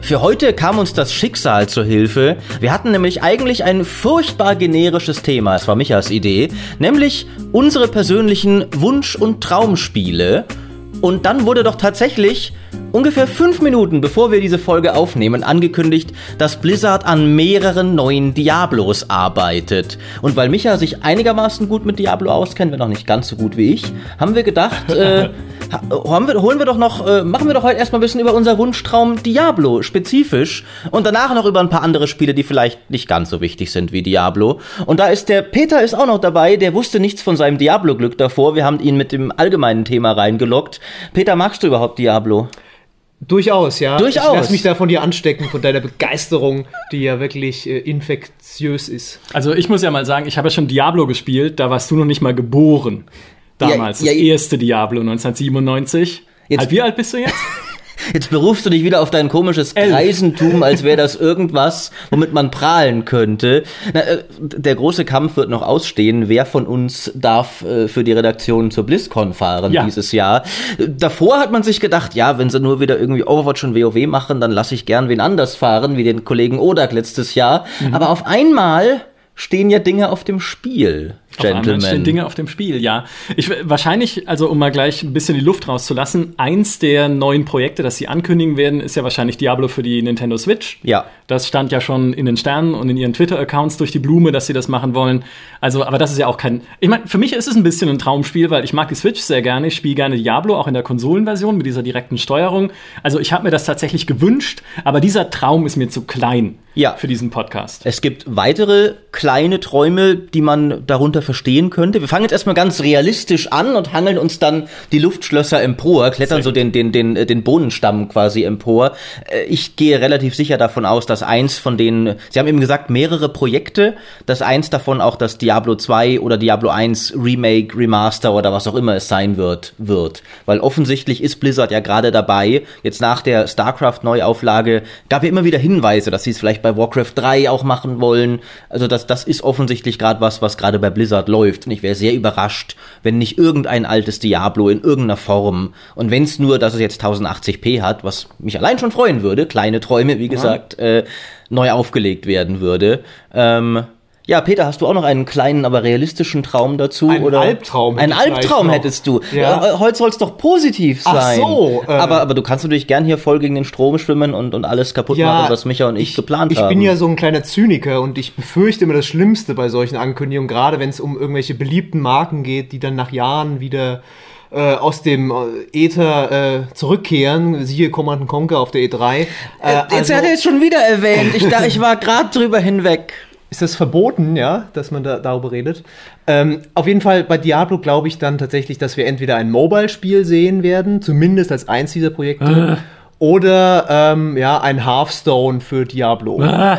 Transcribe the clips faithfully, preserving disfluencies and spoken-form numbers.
Für heute kam uns das Schicksal zur Hilfe. Wir hatten nämlich eigentlich ein furchtbar generisches Thema, es war Michas Idee, nämlich unsere persönlichen Wunsch- und Traumspiele. Und dann wurde doch tatsächlich ungefähr fünf Minuten, bevor wir diese Folge aufnehmen, angekündigt, dass Blizzard an mehreren neuen Diablos arbeitet. Und weil Micha sich einigermaßen gut mit Diablo auskennt, wenn auch nicht ganz so gut wie ich, haben wir gedacht, äh, haben wir, holen wir doch noch, äh, machen wir doch heute erstmal ein bisschen über unser Wunschtraum Diablo spezifisch und danach noch über ein paar andere Spiele, die vielleicht nicht ganz so wichtig sind wie Diablo. Und da ist der Peter ist auch noch dabei, der wusste nichts von seinem Diablo-Glück davor. Wir haben ihn mit dem allgemeinen Thema reingelockt. Peter, magst du überhaupt Diablo? Durchaus, ja. Durchaus. Ich lass mich da von dir anstecken, von deiner Begeisterung, die ja wirklich äh, infektiös ist. Also ich muss ja mal sagen, ich habe ja schon Diablo gespielt, da warst du noch nicht mal geboren. Damals, ja, ja, das erste Diablo neunzehnhundertsiebenundneunzig. Jetzt, halt, wie alt bist du jetzt? Jetzt berufst du dich wieder auf dein komisches Kreisentum, als wäre das irgendwas, womit man prahlen könnte. Na, äh, der große Kampf wird noch ausstehen. Wer von uns darf äh, für die Redaktion zur BlizzCon fahren ja. dieses Jahr? Davor hat man sich gedacht, ja, wenn sie nur wieder irgendwie Overwatch und WoW machen, dann lasse ich gern wen anders fahren, wie den Kollegen Odak letztes Jahr. Mhm. Aber auf einmal stehen ja Dinge auf dem Spiel. Gentlemen. Auf einmal stehen Dinge auf dem Spiel, ja. Ich, wahrscheinlich, also um mal gleich ein bisschen die Luft rauszulassen, eins der neuen Projekte, das sie ankündigen werden, ist ja wahrscheinlich Diablo für die Nintendo Switch. Ja. Das stand ja schon in den Sternen und in ihren Twitter-Accounts durch die Blume, dass sie das machen wollen. Also, aber das ist ja auch kein... Ich meine, für mich ist es ein bisschen ein Traumspiel, weil ich mag die Switch sehr gerne. Ich spiele gerne Diablo, auch in der Konsolenversion mit dieser direkten Steuerung. Also ich habe mir das tatsächlich gewünscht, aber dieser Traum ist mir zu klein ja. für diesen Podcast. Es gibt weitere kleine Träume, die man darunter verstehen könnte. Wir fangen jetzt erstmal ganz realistisch an und hangeln uns dann die Luftschlösser empor, klettern so den, den, den, den Bohnenstamm quasi empor. Ich gehe relativ sicher davon aus, dass eins von denen, Sie haben eben gesagt, mehrere Projekte, dass eins davon auch das Diablo zwei oder Diablo eins Remake, Remaster oder was auch immer es sein wird, wird. Weil offensichtlich ist Blizzard ja gerade dabei, jetzt nach der StarCraft-Neuauflage, gab ja immer wieder Hinweise, dass sie es vielleicht bei Warcraft drei auch machen wollen. Also das, das ist offensichtlich gerade was, was gerade bei Blizzard läuft. Und ich wäre sehr überrascht, wenn nicht irgendein altes Diablo in irgendeiner Form, und wenn es nur, dass es jetzt tausendachtzig p hat, was mich allein schon freuen würde, kleine Träume, wie gesagt, ja. äh, neu aufgelegt werden würde. Ähm, ja, Peter, hast du auch noch einen kleinen, aber realistischen Traum dazu? Ein oder? Albtraum. Ein Albtraum hättest du. Ja. Ja, heute soll es doch positiv sein. Ach so. Äh, aber, aber du kannst natürlich gern hier voll gegen den Strom schwimmen und, und alles kaputt ja, machen, was Micha und ich, ich geplant ich haben. Ich bin ja so ein kleiner Zyniker und ich befürchte immer das Schlimmste bei solchen Ankündigungen, gerade wenn es um irgendwelche beliebten Marken geht, die dann nach Jahren wieder äh, aus dem Äther äh, zurückkehren. Siehe Command and Conquer auf der E drei. Äh, also, jetzt hat er jetzt schon wieder erwähnt. Ich, da, ich war gerade drüber hinweg. Ist das verboten, ja, dass man da darüber redet? Ähm, auf jeden Fall bei Diablo glaube ich dann tatsächlich, dass wir entweder ein Mobile-Spiel sehen werden, zumindest als eins dieser Projekte, äh. oder ähm, ja, ein Hearthstone für Diablo. Äh.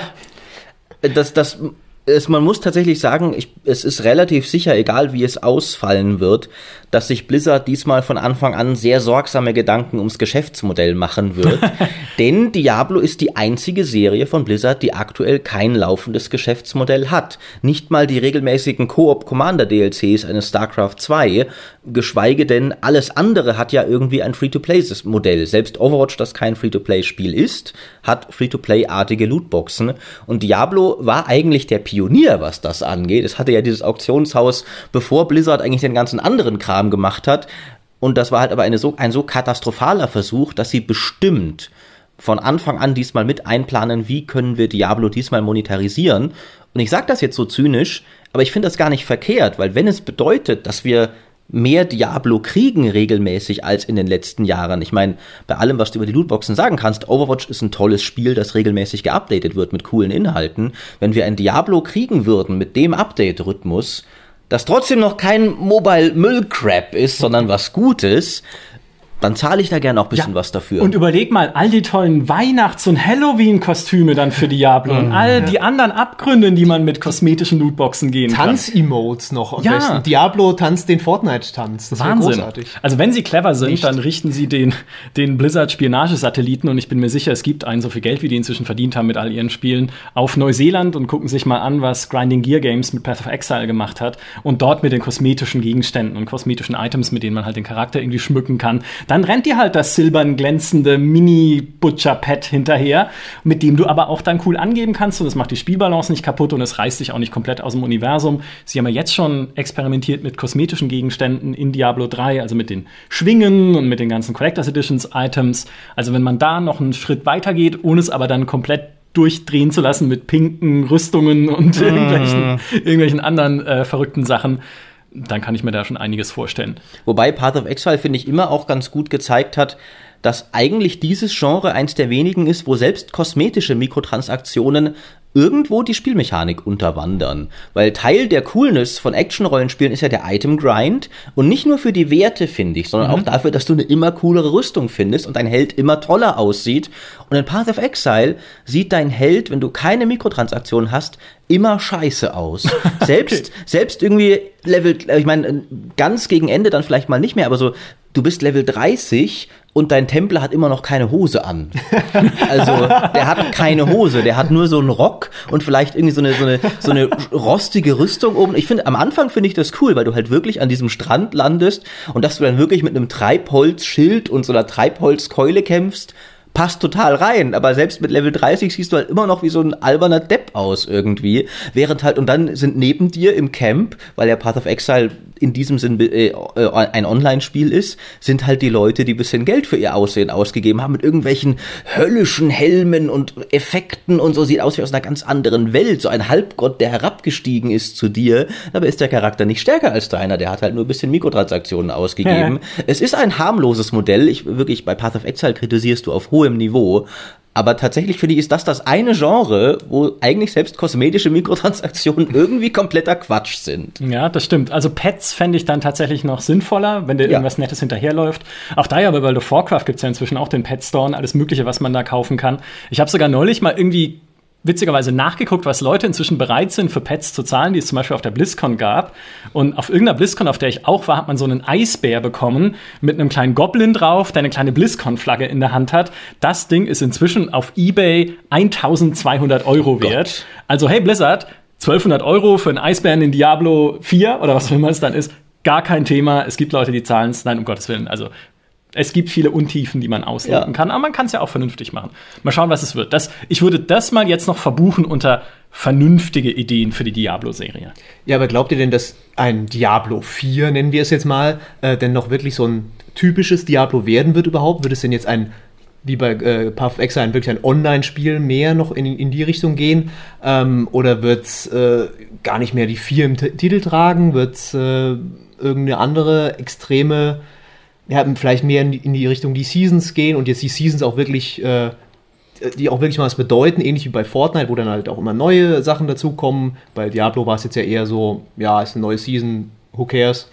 Das, das, es, man muss tatsächlich sagen, ich, es ist relativ sicher, egal wie es ausfallen wird, dass sich Blizzard diesmal von Anfang an sehr sorgsame Gedanken ums Geschäftsmodell machen wird. Denn Diablo ist die einzige Serie von Blizzard, die aktuell kein laufendes Geschäftsmodell hat. Nicht mal die regelmäßigen Koop-Commander-D L Cs eines StarCraft zwei, geschweige denn alles andere hat ja irgendwie ein Free-to-Play-Modell. Selbst Overwatch, das kein Free-to-Play-Spiel ist, hat Free-to-Play-artige Lootboxen. Und Diablo war eigentlich der Pionier, was das angeht. Es hatte ja dieses Auktionshaus, bevor Blizzard eigentlich den ganzen anderen Kram gemacht hat. Und das war halt aber eine so, ein so katastrophaler Versuch, dass sie bestimmt von Anfang an diesmal mit einplanen, wie können wir Diablo diesmal monetarisieren. Und ich sage das jetzt so zynisch, aber ich finde das gar nicht verkehrt, weil wenn es bedeutet, dass wir mehr Diablo kriegen regelmäßig als in den letzten Jahren. Ich meine, bei allem, was du über die Lootboxen sagen kannst, Overwatch ist ein tolles Spiel, das regelmäßig geupdatet wird mit coolen Inhalten. Wenn wir ein Diablo kriegen würden mit dem Update-Rhythmus, das trotzdem noch kein Mobile-Müll-Crap ist, sondern was Gutes, dann zahle ich da gerne auch ein bisschen ja, was dafür. Und überleg mal, all die tollen Weihnachts- und Halloween-Kostüme dann für Diablo mm, und all ja. die anderen Abgründe, in die man mit kosmetischen Lootboxen gehen kann. Tanz-Emotes noch am ja. besten. Diablo tanzt den Fortnite-Tanz. Das wäre großartig. Also wenn sie clever sind, Nicht. dann richten sie den, den Blizzard-Spionagesatelliten, und ich bin mir sicher, es gibt einen, so viel Geld, wie die inzwischen verdient haben mit all ihren Spielen, auf Neuseeland und gucken sich mal an, was Grinding Gear Games mit Path of Exile gemacht hat, und dort mit den kosmetischen Gegenständen und kosmetischen Items, mit denen man halt den Charakter irgendwie schmücken kann. dann rennt dir halt das silbern glänzende Mini-Butcher-Pad hinterher, mit dem du aber auch dann cool angeben kannst und es macht die Spielbalance nicht kaputt und es reißt dich auch nicht komplett aus dem Universum. Sie haben ja jetzt schon experimentiert mit kosmetischen Gegenständen in Diablo drei, also mit den Schwingen und mit den ganzen Collectors Editions Items. Also wenn man da noch einen Schritt weiter geht, ohne es aber dann komplett durchdrehen zu lassen mit pinken Rüstungen und mm. irgendwelchen, irgendwelchen anderen äh, verrückten Sachen, dann kann ich mir da schon einiges vorstellen. Wobei Path of Exile, finde ich, immer auch ganz gut gezeigt hat, dass eigentlich dieses Genre eins der wenigen ist, wo selbst kosmetische Mikrotransaktionen irgendwo die Spielmechanik unterwandern. Weil Teil der Coolness von Action-Rollenspielen ist ja der Item-Grind. Und nicht nur für die Werte, finde ich, sondern mhm. auch dafür, dass du eine immer coolere Rüstung findest und dein Held immer toller aussieht. Und in Path of Exile sieht dein Held, wenn du keine Mikrotransaktionen hast, immer scheiße aus. selbst, okay. selbst irgendwie Level, ich meine, ganz gegen Ende dann vielleicht mal nicht mehr, aber so, du bist Level dreißig und dein Templer hat immer noch keine Hose an. Also, der hat keine Hose, der hat nur so einen Rock und vielleicht irgendwie so eine, so eine, so eine rostige Rüstung oben. Ich finde, am Anfang finde ich das cool, weil du halt wirklich an diesem Strand landest und dass du dann wirklich mit einem Treibholzschild und so einer Treibholzkeule kämpfst, passt total rein, aber selbst mit Level dreißig siehst du halt immer noch wie so ein alberner Depp aus irgendwie, während halt, und dann sind neben dir im Camp, weil der Path of Exile in diesem Sinn äh, ein Online-Spiel ist, sind halt die Leute, die ein bisschen Geld für ihr Aussehen ausgegeben haben, mit irgendwelchen höllischen Helmen und Effekten und so, sieht aus wie aus einer ganz anderen Welt, so ein Halbgott, der herabgestiegen ist zu dir, aber ist der Charakter nicht stärker als deiner, der hat halt nur ein bisschen Mikrotransaktionen ausgegeben. Ja. Es ist ein harmloses Modell, ich wirklich, bei Path of Exile kritisierst du auf hohem Niveau, aber tatsächlich finde ich, ist das das eine Genre, wo eigentlich selbst kosmetische Mikrotransaktionen irgendwie kompletter Quatsch sind. Ja, das stimmt. Also Pets fände ich dann tatsächlich noch sinnvoller, wenn dir ja. irgendwas Nettes hinterherläuft. Auch da ja bei World of Warcraft gibt es ja inzwischen auch den Pet Store und alles Mögliche, was man da kaufen kann. Ich habe sogar neulich mal irgendwie witzigerweise nachgeguckt, was Leute inzwischen bereit sind, für Pets zu zahlen, die es zum Beispiel auf der BlizzCon gab. Und auf irgendeiner BlizzCon, auf der ich auch war, hat man so einen Eisbär bekommen mit einem kleinen Goblin drauf, der eine kleine BlizzCon-Flagge in der Hand hat. Das Ding ist inzwischen auf eBay eintausendzweihundert Euro wert. Gott. Also hey Blizzard, zwölfhundert Euro für einen Eisbären in Diablo vier oder was auch immer es dann ist, gar kein Thema. Es gibt Leute, die zahlen es. Nein, um Gottes Willen. Also es gibt viele Untiefen, die man ausloten ja. kann, aber man kann es ja auch vernünftig machen. Mal schauen, was es wird. Das, ich würde das mal jetzt noch verbuchen unter vernünftige Ideen für die Diablo-Serie. Ja, aber glaubt ihr denn, dass ein Diablo vier, nennen wir es jetzt mal, äh, denn noch wirklich so ein typisches Diablo werden wird überhaupt? Wird es denn jetzt ein, wie bei äh, Path of Exile, wirklich ein Online-Spiel mehr noch in, in die Richtung gehen? Ähm, oder wird es äh, gar nicht mehr die vier im T- Titel tragen? Wird es äh, irgendeine andere extreme, ja, vielleicht mehr in die, in die Richtung die Seasons gehen und jetzt die Seasons auch wirklich, äh, die auch wirklich mal was bedeuten, ähnlich wie bei Fortnite, wo dann halt auch immer neue Sachen dazukommen. Bei Diablo war es jetzt ja eher so, ja, ist eine neue Season, who cares?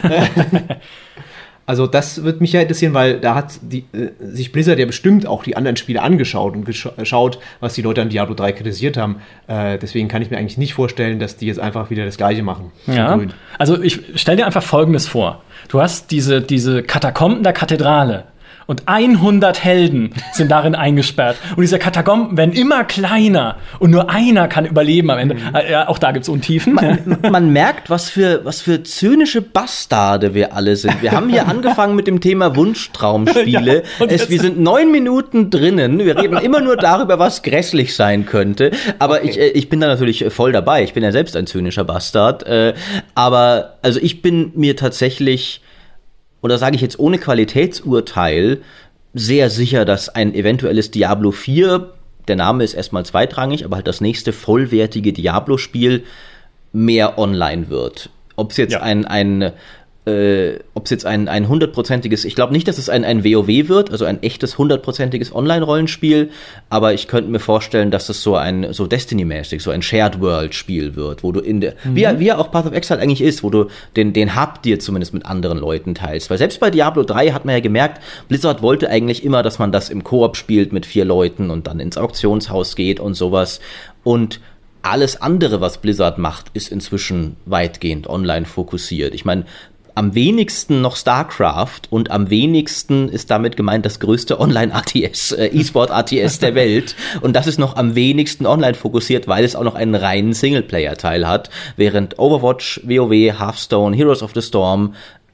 Also das wird mich ja interessieren, weil da hat die, äh, sich Blizzard ja bestimmt auch die anderen Spiele angeschaut und geschaut, was die Leute an Diablo drei kritisiert haben. Äh, deswegen kann ich mir eigentlich nicht vorstellen, dass die jetzt einfach wieder das Gleiche machen. Ja. Also ich stell dir einfach Folgendes vor. Du hast diese, diese Katakomben der Kathedrale. Und hundert Helden sind darin eingesperrt. Und diese Katakomben werden immer kleiner. Und nur einer kann überleben am Ende. Mhm. Ja, auch da gibt's Untiefen. Man, man merkt, was für, was für zynische Bastarde wir alle sind. Wir haben hier angefangen mit dem Thema Wunschtraumspiele. Ja, es, wir sind neun Minuten drinnen. Wir reden immer nur darüber, was grässlich sein könnte. Aber okay. ich, ich bin da natürlich voll dabei. Ich bin ja selbst ein zynischer Bastard. Aber also ich bin mir tatsächlich, oder sage ich jetzt ohne Qualitätsurteil, sehr sicher, dass ein eventuelles Diablo vier, der Name ist erstmal zweitrangig, aber halt das nächste vollwertige Diablo-Spiel mehr online wird. Ob es jetzt ja. ein, ein äh, ob es jetzt ein, ein hundertprozentiges, ich glaube nicht, dass es ein, ein WoW wird, also ein echtes hundertprozentiges Online-Rollenspiel, aber ich könnte mir vorstellen, dass es so ein, so Destiny-mäßig, so ein Shared-World-Spiel wird, wo du in der, mhm. wie, wie ja auch Path of Exile eigentlich ist, wo du den, den Hub dir zumindest mit anderen Leuten teilst, weil selbst bei Diablo drei hat man ja gemerkt, Blizzard wollte eigentlich immer, dass man das im Koop spielt mit vier Leuten und dann ins Auktionshaus geht und sowas, und alles andere, was Blizzard macht, ist inzwischen weitgehend online fokussiert. Ich meine, am wenigsten noch StarCraft und am wenigsten ist damit gemeint das größte Online-A T S, äh, E-Sport-A T S der Welt. Und das ist noch am wenigsten online fokussiert, weil es auch noch einen reinen Singleplayer-Teil hat, während Overwatch, WoW, Hearthstone, Heroes of the Storm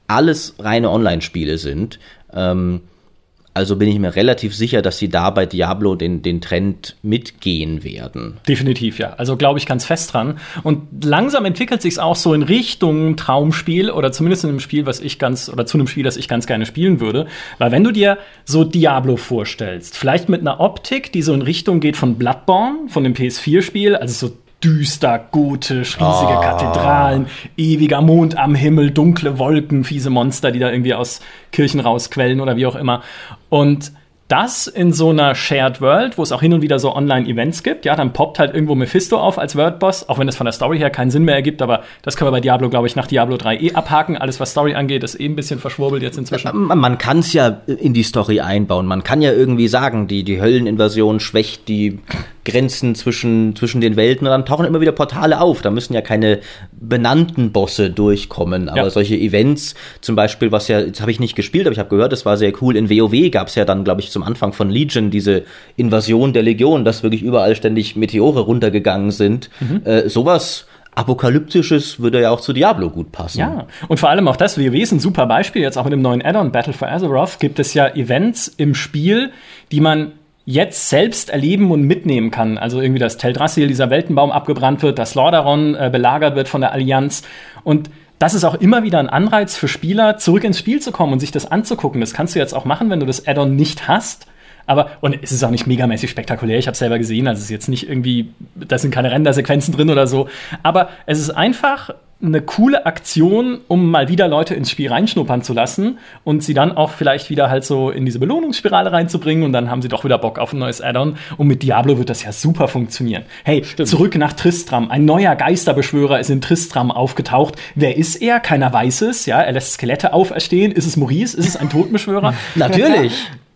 alles reine Online-Spiele sind. Ähm, Also bin ich mir relativ sicher, dass sie da bei Diablo den, den Trend mitgehen werden. Definitiv, ja. Also glaube ich ganz fest dran. Und langsam entwickelt sich es auch so in Richtung Traumspiel oder zumindest in einem Spiel, was ich ganz, oder zu einem Spiel, das ich ganz gerne spielen würde. Weil wenn du dir so Diablo vorstellst, vielleicht mit einer Optik, die so in Richtung geht von Bloodborne, von dem P S vier Spiel, also so düster, gotisch, riesige oh. Kathedralen, ewiger Mond am Himmel, dunkle Wolken, fiese Monster, die da irgendwie aus Kirchen rausquellen oder wie auch immer. Und das in so einer Shared World, wo es auch hin und wieder so Online-Events gibt, ja, dann poppt halt irgendwo Mephisto auf als Worldboss, auch wenn das von der Story her keinen Sinn mehr ergibt, aber das können wir bei Diablo, glaube ich, nach Diablo drei eh abhaken. Alles, was Story angeht, ist eh ein bisschen verschwurbelt jetzt inzwischen. Man kann es ja in die Story einbauen. Man kann ja irgendwie sagen, die, die Hölleninvasion schwächt die Grenzen zwischen, zwischen den Welten und dann tauchen immer wieder Portale auf. Da müssen ja keine benannten Bosse durchkommen, aber ja. solche Events, zum Beispiel, was ja, jetzt habe ich nicht gespielt, aber ich habe gehört, das war sehr cool. In WoW gab es ja dann, glaube ich, zum Anfang von Legion diese Invasion der Legion, dass wirklich überall ständig Meteore runtergegangen sind. Mhm. Äh, sowas Apokalyptisches würde ja auch zu Diablo gut passen. Ja, und vor allem auch das, WoW ist ein super Beispiel, jetzt auch mit dem neuen Add-on Battle for Azeroth gibt es ja Events im Spiel, die man jetzt selbst erleben und mitnehmen kann. Also irgendwie, dass Teldrassil, dieser Weltenbaum, abgebrannt wird, dass Lordaeron äh, belagert wird von der Allianz. Und das ist auch immer wieder ein Anreiz für Spieler, zurück ins Spiel zu kommen und sich das anzugucken. Das kannst du jetzt auch machen, wenn du das Add-on nicht hast. Aber, und es ist auch nicht megamäßig spektakulär, ich habe es selber gesehen, also es ist jetzt nicht irgendwie, da sind keine Rendersequenzen drin oder so. Aber es ist einfach eine coole Aktion, um mal wieder Leute ins Spiel reinschnuppern zu lassen und sie dann auch vielleicht wieder halt so in diese Belohnungsspirale reinzubringen und dann haben sie doch wieder Bock auf ein neues Add-on. Und mit Diablo wird das ja super funktionieren. Hey, Stimmt. zurück nach Tristram. Ein neuer Geisterbeschwörer ist in Tristram aufgetaucht. Wer ist er? Keiner weiß es. Ja, er lässt Skelette auferstehen. Ist es Maurice? Ist es ein Totenbeschwörer? Natürlich.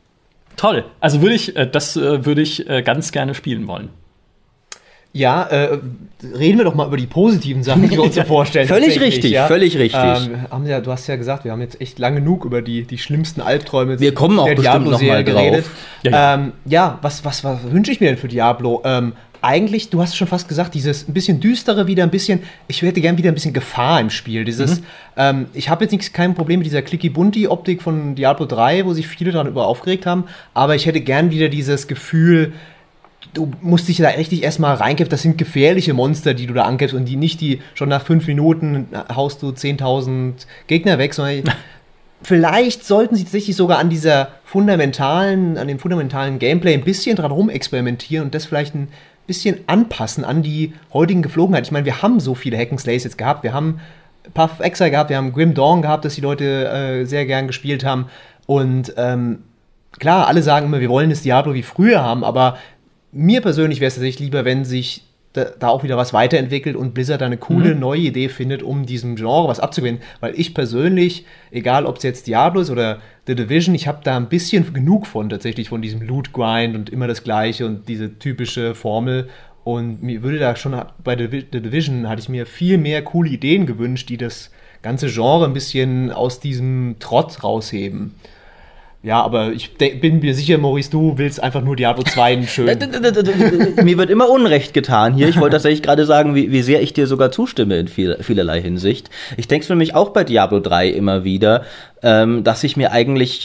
Toll. Also würde ich, äh, das äh, würde ich äh, ganz gerne spielen wollen. Ja, äh, reden wir doch mal über die positiven Sachen, die wir uns so vorstellen. Völlig richtig, ja? völlig richtig. Ähm, haben ja, du hast ja gesagt, wir haben jetzt echt lange genug über die, die schlimmsten Albträume wir kommen auch der bestimmt noch mal geredet. drauf. Ja, ja. Ähm, ja was, was, was wünsche ich mir denn für Diablo? Ähm, eigentlich, du hast schon fast gesagt, dieses ein bisschen düstere wieder, ein bisschen, ich hätte gern wieder ein bisschen Gefahr im Spiel. Dieses, mhm. ähm, ich habe jetzt nicht, kein Problem mit dieser Clicky-Bunty-Optik von Diablo drei, wo sich viele daran über aufgeregt haben, aber ich hätte gern wieder dieses Gefühl, du musst dich da richtig erstmal reinkämpfen, das sind gefährliche Monster, die du da ankämpfst und die nicht, die schon nach fünf Minuten haust du zehntausend Gegner weg, sondern vielleicht sollten sie tatsächlich sogar an dieser fundamentalen, an dem fundamentalen Gameplay ein bisschen dran rumexperimentieren und das vielleicht ein bisschen anpassen an die heutigen Geflogenheiten. Ich meine, wir haben so viele Hack'n'Slays jetzt gehabt, wir haben Path of Exile gehabt, wir haben Grim Dawn gehabt, das die Leute äh, sehr gern gespielt haben und ähm, klar, alle sagen immer, wir wollen das Diablo wie früher haben, aber mir persönlich wäre es tatsächlich lieber, wenn sich da, da auch wieder was weiterentwickelt und Blizzard da eine coole mhm. neue Idee findet, um diesem Genre was abzugewinnen. Weil ich persönlich, egal ob es jetzt Diablo ist oder The Division, ich habe da ein bisschen genug von tatsächlich, von diesem Loot-Grind und immer das Gleiche und diese typische Formel. Und mir würde da schon, bei The, The Division hatte ich mir viel mehr coole Ideen gewünscht, die das ganze Genre ein bisschen aus diesem Trott rausheben. Ja, aber ich de- bin mir sicher, Maurice, du willst einfach nur Diablo zwei schön. Mir wird immer Unrecht getan hier. Ich wollte tatsächlich gerade sagen, wie, wie sehr ich dir sogar zustimme in viel, vielerlei Hinsicht. Ich denke es für mich auch bei Diablo drei immer wieder, ähm, dass ich mir eigentlich,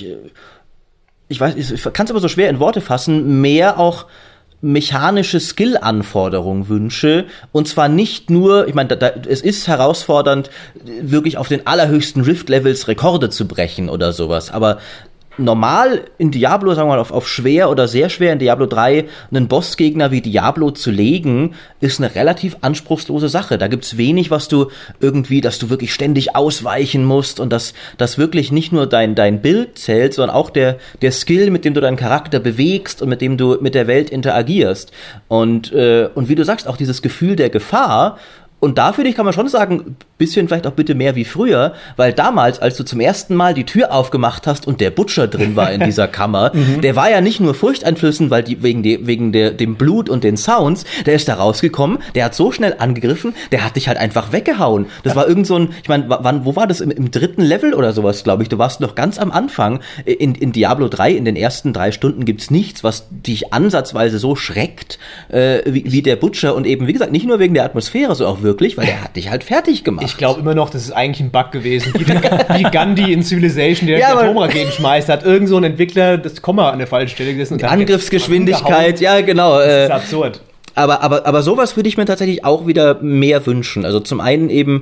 ich weiß, ich kann es aber so schwer in Worte fassen, mehr auch mechanische Skill-Anforderungen wünsche. Und zwar nicht nur, ich meine, da, da, es ist herausfordernd, wirklich auf den allerhöchsten Rift-Levels Rekorde zu brechen oder sowas, aber normal in Diablo, sagen wir mal, auf, auf schwer oder sehr schwer in Diablo drei einen Bossgegner wie Diablo zu legen, ist eine relativ anspruchslose Sache. Da gibt's wenig, was du irgendwie, dass du wirklich ständig ausweichen musst und dass das wirklich nicht nur dein dein Bild zählt, sondern auch der der Skill, mit dem du deinen Charakter bewegst und mit dem du mit der Welt interagierst. Und äh, und wie du sagst, auch dieses Gefühl der Gefahr. Und da finde ich, kann man schon sagen, bisschen vielleicht auch bitte mehr wie früher, weil damals, als du zum ersten Mal die Tür aufgemacht hast und der Butcher drin war in dieser Kammer, mhm. der war ja nicht nur furchteinflößend, weil die wegen, die, wegen der, dem Blut und den Sounds, der ist da rausgekommen, der hat so schnell angegriffen, der hat dich halt einfach weggehauen. Das war irgend so ein, ich meine, wann, wo war das? Im, im dritten Level oder sowas, glaube ich. Du warst noch ganz am Anfang. In, in Diablo drei, in den ersten drei Stunden gibt's nichts, was dich ansatzweise so schreckt, äh, wie, wie der Butcher und eben, wie gesagt, nicht nur wegen der Atmosphäre, so auch wirklich, weil der hat dich halt fertig gemacht. Ich glaube immer noch, das ist eigentlich ein Bug gewesen. Wie, wie Gandhi in Civilization, der ja, Atomraketen schmeißt, hat irgend so ein Entwickler das Komma an der falschen Stelle gesessen. Und Angriffsgeschwindigkeit, ja genau. Das ist absurd. Aber, aber, aber sowas würde ich mir tatsächlich auch wieder mehr wünschen. Also zum einen eben,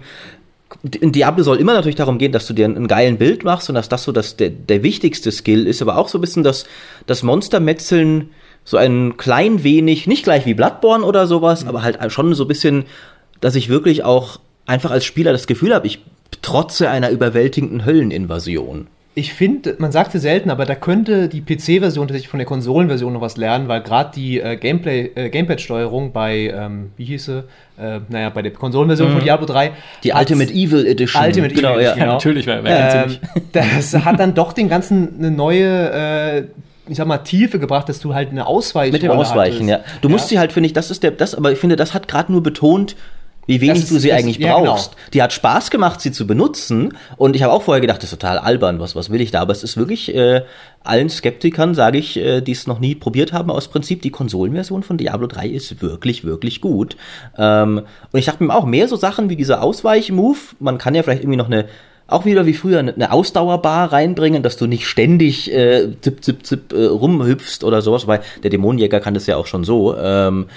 in Diablo soll immer natürlich darum gehen, dass du dir einen geilen Bild machst und dass das so das, der, der wichtigste Skill ist, aber auch so ein bisschen das, das Monstermetzeln so ein klein wenig, nicht gleich wie Bloodborne oder sowas, mhm. aber halt schon so ein bisschen, dass ich wirklich auch einfach als Spieler das Gefühl habe, ich trotze einer überwältigenden Hölleninvasion. Ich finde, man sagt es selten, aber da könnte die P C-Version tatsächlich von der Konsolenversion noch was lernen, weil gerade die äh, Gameplay, äh, Gamepad-Steuerung bei, ähm, wie hieß sie, äh, naja, bei der Konsolenversion mhm. von Diablo drei. Die Ultimate Evil Edition. Ultimate genau, Evil Edition, ja. genau. Ja, natürlich, wer, wer ähm, kennt sie nicht. Das hat dann doch den Ganzen eine neue, äh, ich sag mal, Tiefe gebracht, dass du halt eine Ausweichung Mit dem Ausweichen, hattest. ja. Du musst ja. sie halt, finde ich, das ist der, das, aber ich finde, das hat gerade nur betont, wie wenig ist, du sie das, eigentlich ja, brauchst. Genau. Die hat Spaß gemacht, sie zu benutzen. Und ich habe auch vorher gedacht, das ist total albern, was, was will ich da? Aber es ist wirklich äh, allen Skeptikern, sage ich, äh, die es noch nie probiert haben, aus Prinzip, die Konsolenversion von Diablo drei ist wirklich, wirklich gut. Ähm, und ich dachte mir auch, mehr so Sachen wie dieser Ausweich-Move, man kann ja vielleicht irgendwie noch eine auch wieder wie früher eine Ausdauerbar reinbringen, dass du nicht ständig äh, zip, zip, zip äh, rumhüpfst oder sowas, weil der Dämonenjäger kann das ja auch schon so. Ähm,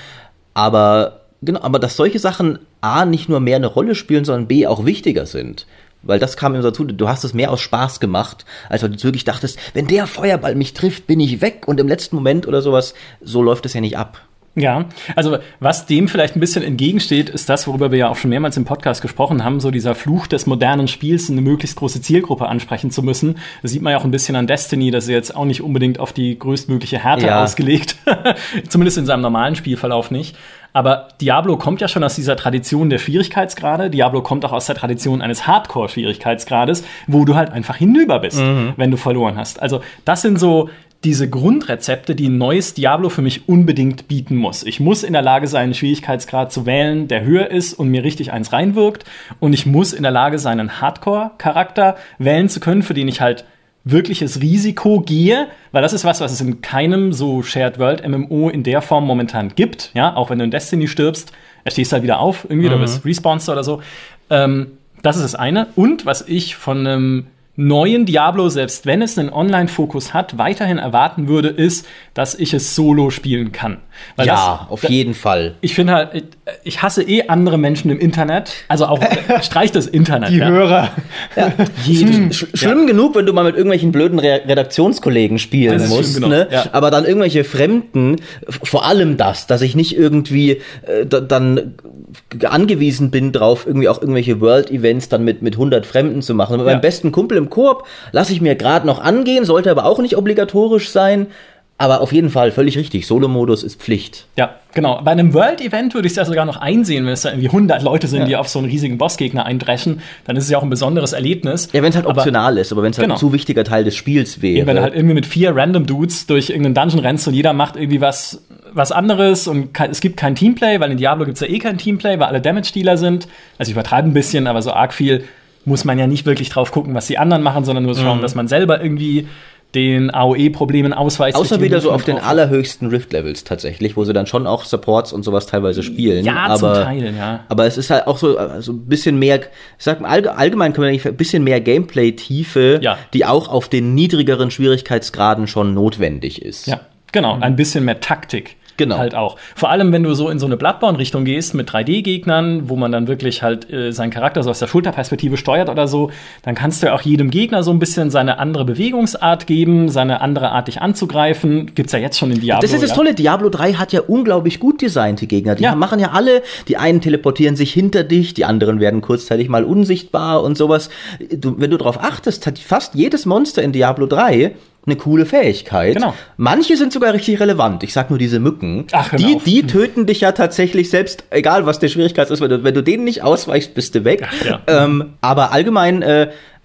aber genau, aber dass solche Sachen A, nicht nur mehr eine Rolle spielen, sondern B, auch wichtiger sind. Weil das kam immer dazu, du hast es mehr aus Spaß gemacht, als weil du wirklich dachtest, wenn der Feuerball mich trifft, bin ich weg und im letzten Moment oder sowas, so läuft es ja nicht ab. Ja, also was dem vielleicht ein bisschen entgegensteht, ist das, worüber wir ja auch schon mehrmals im Podcast gesprochen haben, so dieser Fluch des modernen Spiels, eine möglichst große Zielgruppe ansprechen zu müssen. Das sieht man ja auch ein bisschen an Destiny, das ist jetzt auch nicht unbedingt auf die größtmögliche Härte ja. ausgelegt, zumindest in seinem normalen Spielverlauf nicht. Aber Diablo kommt ja schon aus dieser Tradition der Schwierigkeitsgrade. Diablo kommt auch aus der Tradition eines Hardcore-Schwierigkeitsgrades, wo du halt einfach hinüber bist, mhm. wenn du verloren hast. Also das sind so diese Grundrezepte, die ein neues Diablo für mich unbedingt bieten muss. Ich muss in der Lage sein, einen Schwierigkeitsgrad zu wählen, der höher ist und mir richtig eins reinwirkt. Und ich muss in der Lage sein, einen Hardcore-Charakter wählen zu können, für den ich halt wirkliches Risiko gehe, weil das ist was, was es in keinem so Shared-World-M M O in der Form momentan gibt. Ja, auch wenn du in Destiny stirbst, stehst du halt wieder auf, irgendwie, mhm. du bist respawnst oder so. Ähm, das ist das eine. Und was ich von einem neuen Diablo, selbst wenn es einen Online-Fokus hat, weiterhin erwarten würde, ist, dass ich es solo spielen kann. Weil ja, das, auf da, jeden Fall. Ich finde halt, ich, ich hasse eh andere Menschen im Internet. Also auch, streich das Internet. Die ja. Hörer. Ja. Hm. Sch- schlimm ja. genug, wenn du mal mit irgendwelchen blöden Re- Redaktionskollegen spielen musst. Schlimm, genau. ne? ja. Aber dann irgendwelche Fremden, vor allem das, dass ich nicht irgendwie äh, d- dann angewiesen bin drauf, irgendwie auch irgendwelche World-Events dann mit, mit hundert Fremden zu machen. Mit ja. meinem besten Kumpel im Koop lasse ich mir gerade noch angehen, sollte aber auch nicht obligatorisch sein. Aber auf jeden Fall, völlig richtig, Solo-Modus ist Pflicht. Ja, genau. Bei einem World-Event würde ich es ja sogar noch einsehen, wenn es da irgendwie hundert Leute sind, ja. die auf so einen riesigen Bossgegner eindreschen, dann ist es ja auch ein besonderes Erlebnis. Ja, wenn es halt aber, optional ist, aber wenn es halt genau. ein zu wichtiger Teil des Spiels wäre. Wenn du halt irgendwie mit vier random Dudes durch irgendeinen Dungeon rennst und jeder macht irgendwie was, was anderes und ke- es gibt kein Teamplay, weil in Diablo gibt es ja eh kein Teamplay, weil alle Damage-Dealer sind. Also ich übertreibe ein bisschen, aber so arg viel muss man ja nicht wirklich drauf gucken, was die anderen machen, sondern nur schauen, mhm. dass man selber irgendwie den A O E-Problemen ausweicht. Außer wieder so auf den allerhöchsten Rift-Levels tatsächlich, wo sie dann schon auch Supports und sowas teilweise spielen. Ja, aber, zum Teil, ja. Aber es ist halt auch so also ein bisschen mehr, ich sag mal, allgemein können wir eigentlich ein bisschen mehr Gameplay-Tiefe, ja. die auch auf den niedrigeren Schwierigkeitsgraden schon notwendig ist. Ja, genau. Ein bisschen mehr Taktik. Genau. Halt auch. Vor allem, wenn du so in so eine Bloodborne-Richtung gehst mit drei D-Gegnern, wo man dann wirklich halt äh, seinen Charakter so aus der Schulterperspektive steuert oder so, dann kannst du ja auch jedem Gegner so ein bisschen seine andere Bewegungsart geben, seine andere Art, dich anzugreifen. Gibt's ja jetzt schon in Diablo. Das ist das ja? Tolle. Diablo drei hat ja unglaublich gut designte Gegner. Die ja. machen ja alle, die einen teleportieren sich hinter dich, die anderen werden kurzzeitig mal unsichtbar und sowas. Du, wenn du drauf achtest, hat fast jedes Monster in Diablo drei eine coole Fähigkeit. Genau. Manche sind sogar richtig relevant. Ich sag nur diese Mücken. Ach, die, die töten dich ja tatsächlich selbst, egal was der Schwierigkeit ist. Wenn du, wenn du denen nicht ausweichst, bist du weg. Ach, ja. ähm, aber allgemein, äh,